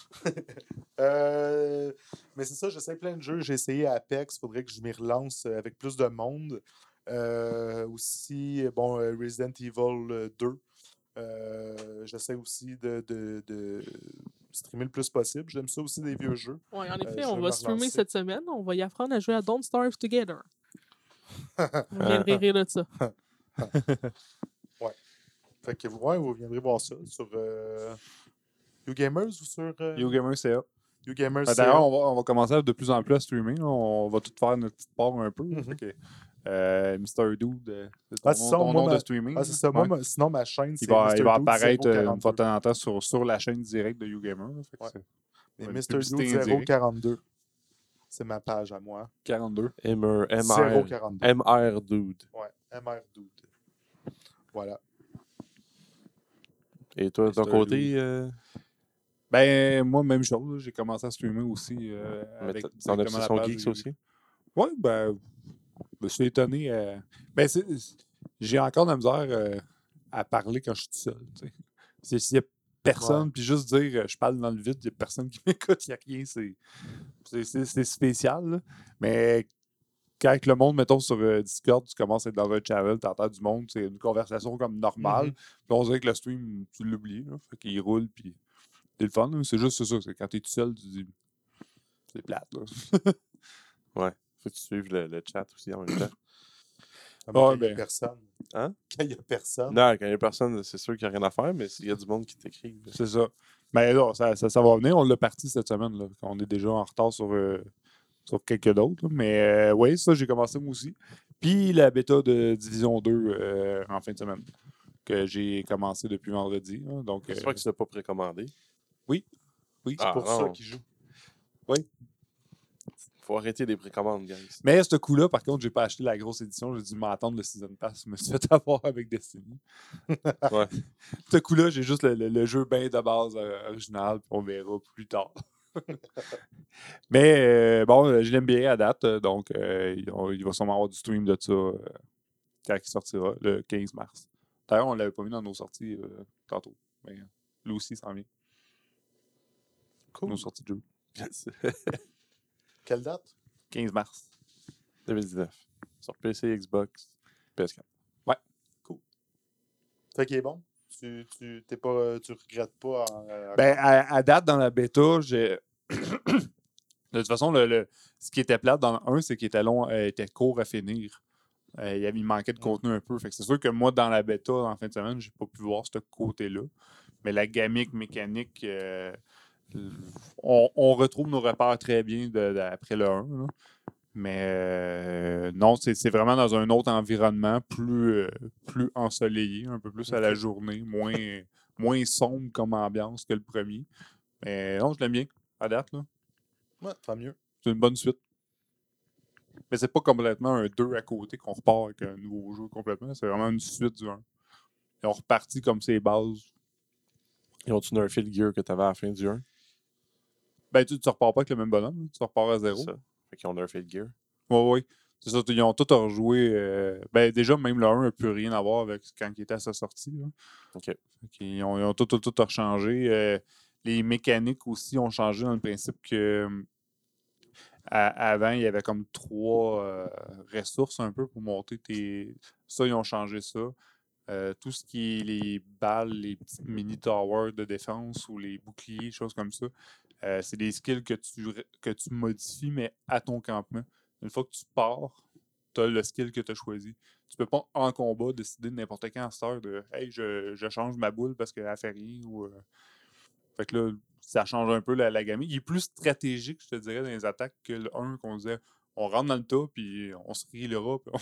Mais c'est ça, j'essaie plein de jeux. J'ai essayé Apex, il faudrait que je m'y relance avec plus de monde. Aussi, bon, Resident Evil 2. J'essaie aussi de streamer le plus possible. J'aime ça aussi des vieux jeux. Ouais, en effet, je on vais va me streamer relancer. cette semaine. On va y apprendre à jouer à Don't Starve Together. Vous viendrez rire de ça. Fait que vous viendrez voir ça sur YouGamers ou sur YouGamer CA. YouGamers. Ben, d'ailleurs, on va commencer de plus en plus à streamer. Là. On va tout faire notre petite part un peu. Là. Mhm. Fait que, Mr. Dude, c'est Ah, c'est ça, ton moi, nom ma- de streaming. Ah, c'est ça. Ouais. Moi, sinon, ma chaîne, c'est Il va Mr. Dude apparaître 042. une fois de temps en temps sur la chaîne directe de YouGamer. Là. Fait que Ouais. c'est Mais une Mr. publicité Dude indirecte. 042. C'est ma page à moi. 42. MR 042. MR Dude. Ouais, MR Dude. Voilà. Et toi, de ton Mr. côté, Ben, moi, même chose. Là. J'ai commencé à streamer aussi avec t'en as directement la son page Geeks de aussi? Ouais, ben, je me suis étonné. Ben, j'ai encore de la misère à parler quand je suis tout seul. Tu sais. S'il y a personne, puis juste dire je parle dans le vide, il n'y a personne qui m'écoute, il n'y a rien, c'est spécial. Là. Mais quand le monde, mettons, sur Discord, tu commences à être dans un channel, tu entends du monde, c'est une conversation comme normale. Puis on dirait que le stream, tu l'oublies. Fait qu'il roule, puis c'est le fun. Là. C'est juste ça. C'est quand tu es tout seul, tu dis c'est plate. Là. Ouais. Faut que tu suives le chat aussi en même temps. Quand il n'y a personne. Hein? Quand il n'y a personne. Non, quand il n'y a personne, c'est sûr qu'il n'y a rien à faire, mais s'il y a du monde qui t'écrit. C'est ça. Mais là, ça va venir. On l'a parti cette semaine. Là. On est déjà en retard sur quelques d'autres. Là. Mais oui, ça, j'ai commencé moi aussi. Puis la bêta de Division 2 en fin de semaine, que j'ai commencé depuis vendredi. Là. Donc, j'espère que tu ne l'as pas précommandé. Oui, c'est pour ça qu'il joue. Oui. Faut arrêter les précommandes, guys. Mais ce coup-là, par contre, j'ai pas acheté la grosse édition. J'ai dû m'attendre le Season Pass. Je me suis fait avoir avec Destiny. Ouais. Ce coup-là, j'ai juste le jeu bien de base original. Puis on verra plus tard. Mais bon, je l'aime bien à date. Donc, il va sûrement avoir du stream de ça quand il sortira le 15 mars. D'ailleurs, on ne l'avait pas mis dans nos sorties tantôt. Mais lui aussi, s'en vient. Cool. Nos sorties de jeu. Quelle date? 15 mars. 2019. Sur PC, Xbox, PS4. Ouais. Cool. Fait qu'il est bon? Tu regrettes pas? Ben, à date, dans la bêta, j'ai... De toute façon, ce qui était plate dans le 1, c'est qu'il était long, était court à finir. Il manquait de contenu un peu. Fait que c'est sûr que moi, dans la bêta, en fin de semaine, j'ai pas pu voir ce côté-là. Mais la gamique mécanique, on retrouve nos repères très bien après le 1. Là. Mais non, c'est vraiment dans un autre environnement, plus ensoleillé, un peu plus à la journée, moins sombre comme ambiance que le premier. Mais non, je l'aime bien, à date. Là. Ouais, tant mieux. C'est une bonne suite. Mais c'est pas complètement un 2 à côté qu'on repart avec un nouveau jeu complètement. C'est vraiment une suite du 1. Ils ont reparti comme ses bases. Ils ont-tu nerfé le gear que tu avais à la fin du 1? Ben, tu repars pas avec le même bonhomme. Hein. Tu repars à zéro. C'est ça. Fait qu'ils ont nerfé le gear. Oui. C'est ça. Ils ont tout rejoué. Ben, déjà, même le 1 n'a plus rien à voir avec quand il était à sa sortie. Là. OK. Ils ont tout rechangé. Les mécaniques aussi ont changé dans le principe que avant, il y avait comme 3 ressources un peu pour monter tes. Ça, ils ont changé ça. Tout ce qui est les balles, les petits mini-towers de défense ou les boucliers, choses comme ça, c'est des skills que tu modifies, mais à ton campement. Une fois que tu pars, tu as le skill que tu as choisi. Tu peux pas, en combat, décider de n'importe quand à cette heure de « Hey, je change ma boule parce qu'elle fait rien. » Fait que là, ça change un peu la gamme. Il est plus stratégique, je te dirais, dans les attaques que le 1 qu'on disait on rentre dans le tas, puis on se healera, puis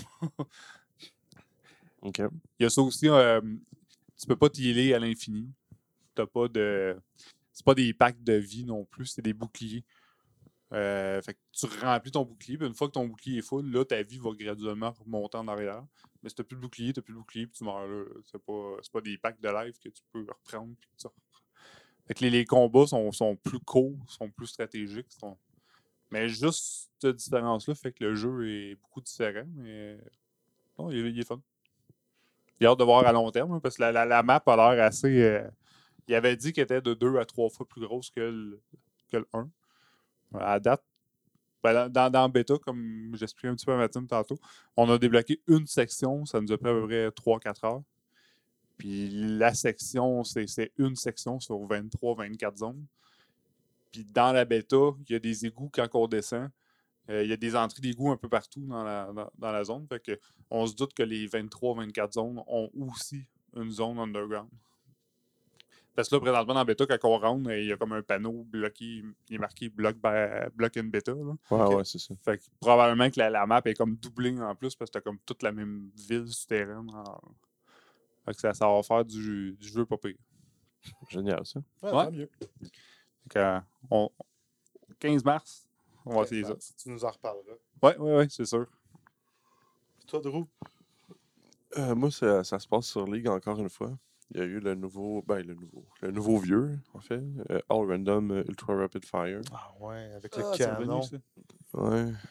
OK. Il y a ça aussi, tu peux pas t'healer à l'infini. T'as pas de. C'est pas des packs de vie non plus, c'est des boucliers. Fait que tu remplis ton bouclier, puis une fois que ton bouclier est full, là, ta vie va graduellement remonter en arrière. Mais si t'as plus de bouclier, puis tu meurs là. C'est pas des packs de life que tu peux reprendre. Puis ça. Fait que les combats sont plus courts, sont plus stratégiques. Mais juste cette différence-là fait que le jeu est beaucoup différent. Mais non, il est fun. J'ai hâte de voir à long terme, hein, parce que la map a l'air assez. Il avait dit qu'elle était de 2 à 3 fois plus grosse que le 1. À date, ben, dans bêta, comme j'expliquais un petit peu à Mathilde tantôt, on a débloqué une section, ça nous a pris à peu près 3-4 heures. Puis la section, c'est une section sur 23-24 zones. Puis dans la bêta, il y a des égouts quand on descend. Il y a des entrées d'égouts un peu partout dans la zone. Fait que on se doute que les 23-24 zones ont aussi une zone underground. Parce que là, présentement, dans la bêta, quand on rentre, il y a comme un panneau bloqué, il est marqué block in bêta. Ouais, c'est ça. Fait que probablement que la map est comme doublée en plus parce que t'as comme toute la même ville souterraine. Fait que ça va faire du jeu pas pire. Génial, ça. Ouais, tant mieux. Fait que, 15 mars, on va essayer ça. Tu nous en reparleras. Ouais, c'est sûr. Toi, Drew? Moi, ça se passe sur League encore une fois. Il y a eu le nouveau vieux, en fait. All Random Ultra Rapid Fire. Ah ouais, avec le canon. Ouais.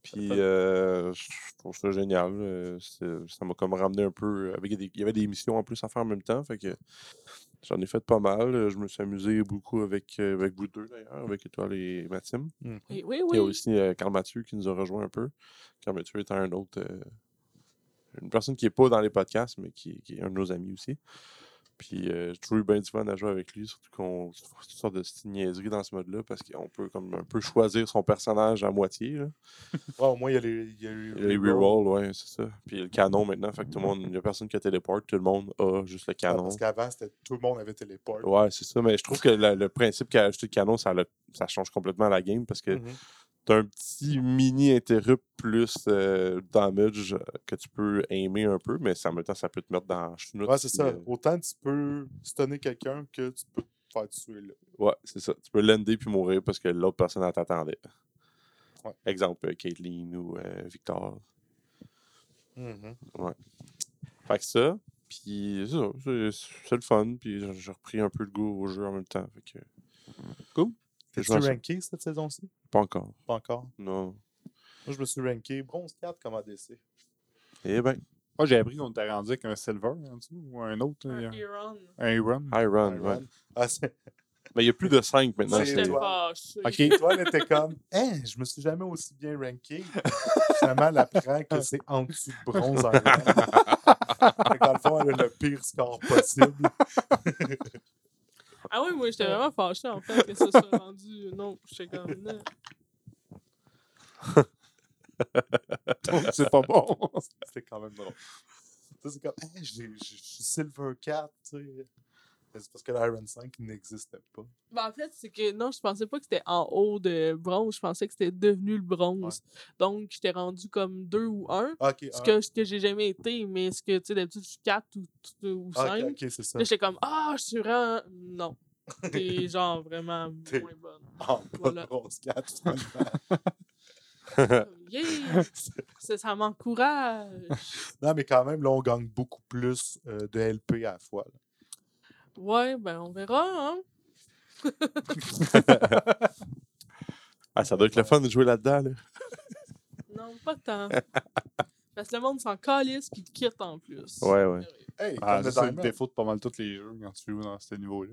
Puis je trouve ça génial. Ça m'a comme ramené un peu. Il y avait des missions en plus à faire en même temps. Fait que j'en ai fait pas mal. Je me suis amusé beaucoup avec vous deux d'ailleurs, avec Étoile et Maxime. Oui, Il y a oui. aussi Carl Mathieu qui nous a rejoint un peu. Carl Mathieu étant un autre. Une personne qui n'est pas dans les podcasts, mais qui est un de nos amis aussi. Puis j'ai toujours eu bien du fun à jouer avec lui, surtout qu'on fait toutes sortes de petites niaiseries dans ce mode-là, parce qu'on peut comme un peu choisir son personnage à moitié. Là. Ouais, au moins, il y a Les rerolls, ouais, c'est ça. Puis il y a le canon maintenant, fait que tout le monde, il n'y a personne qui a téléport, tout le monde a juste le canon. Parce qu'avant, tout le monde avait téléport. Ouais, c'est ça, mais je trouve que le principe qu'a ajouté le canon, ça change complètement la game, parce que t'as un petit mini interrupt plus damage que tu peux aimer un peu, mais en même temps, ça peut te mettre dans la chenoute. Ouais, c'est ça. Autant tu peux stunner quelqu'un que tu peux te faire tuer là. Ouais, c'est ça. Tu peux lander puis mourir parce que l'autre personne elle t'attendait. Ouais. Exemple, Caitlyn ou Victor. Ouais. Fait que ça, puis c'est le fun, puis j'ai repris un peu le goût au jeu en même temps. Fait que... Cool. T'es-tu ranké cette saison-ci? Pas encore. Pas encore? Non. Moi, je me suis ranké bronze 4 comme ADC. Eh ben. Moi, j'ai appris qu'on t'a rendu avec un silver en dessous ou un autre. Un Iron. Un Iron. High run. Ah, Mais il y a plus de 5 maintenant. Moi, c'est j'étais toi. fâché. Ok. Toi, elle était comme, je me suis jamais aussi bien ranké. Finalement, elle apprend que c'est en dessous de bronze en rang. Fait que dans le fond, elle a le pire score possible. Ah oui, moi, j'étais vraiment fâché, en fait, que ça soit rendu. Non, j'étais comme. Non. C'est pas bon. C'était quand même drôle. Ça, c'est comme, je suis Silver 4, tu sais. Mais c'est parce que l'Iron 5 n'existait pas. Ben, en fait, c'est que non, je pensais pas que c'était en haut de bronze. Je pensais que c'était devenu le bronze. Donc, j'étais rendu comme 2 ou 1. Ok, Ce que j'ai jamais été, mais ce que, tu sais, d'habitude, je suis 4 ou 5. ok, c'est ça. Là, j'étais comme, je suis vraiment. Non. T'es genre vraiment T'es- moins bonne. En bas Voilà. de bronze 4, finalement. Yeah! Ça m'encourage. Non, mais quand même, là, on gagne beaucoup plus de LP à la fois. Là. Ouais, ben, on verra, hein. Ah, ça doit être le fun de jouer là-dedans, là. Non, pas tant. Parce que le monde s'en calisse puis quitte en plus. Ouais. Hey, Ah, comme c'est le le Diamond. défaut de pas mal tous les jeux quand tu joues dans ce niveau-là.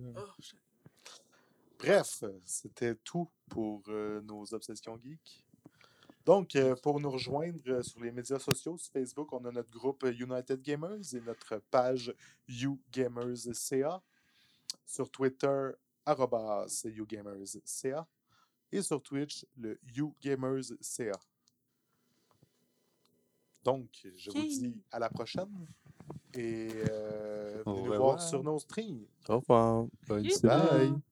Bref, c'était tout pour nos obsessions geeks. Donc, pour nous rejoindre sur les médias sociaux, sur Facebook, on a notre groupe United Gamers et notre page YouGamersCA. Sur Twitter, @YouGamersCA. Et sur Twitch, le YouGamersCA. Donc, je vous dis à la prochaine. Et venez nous voir sur nos streams. Au revoir. Bonne Yeah. semaine. Bye!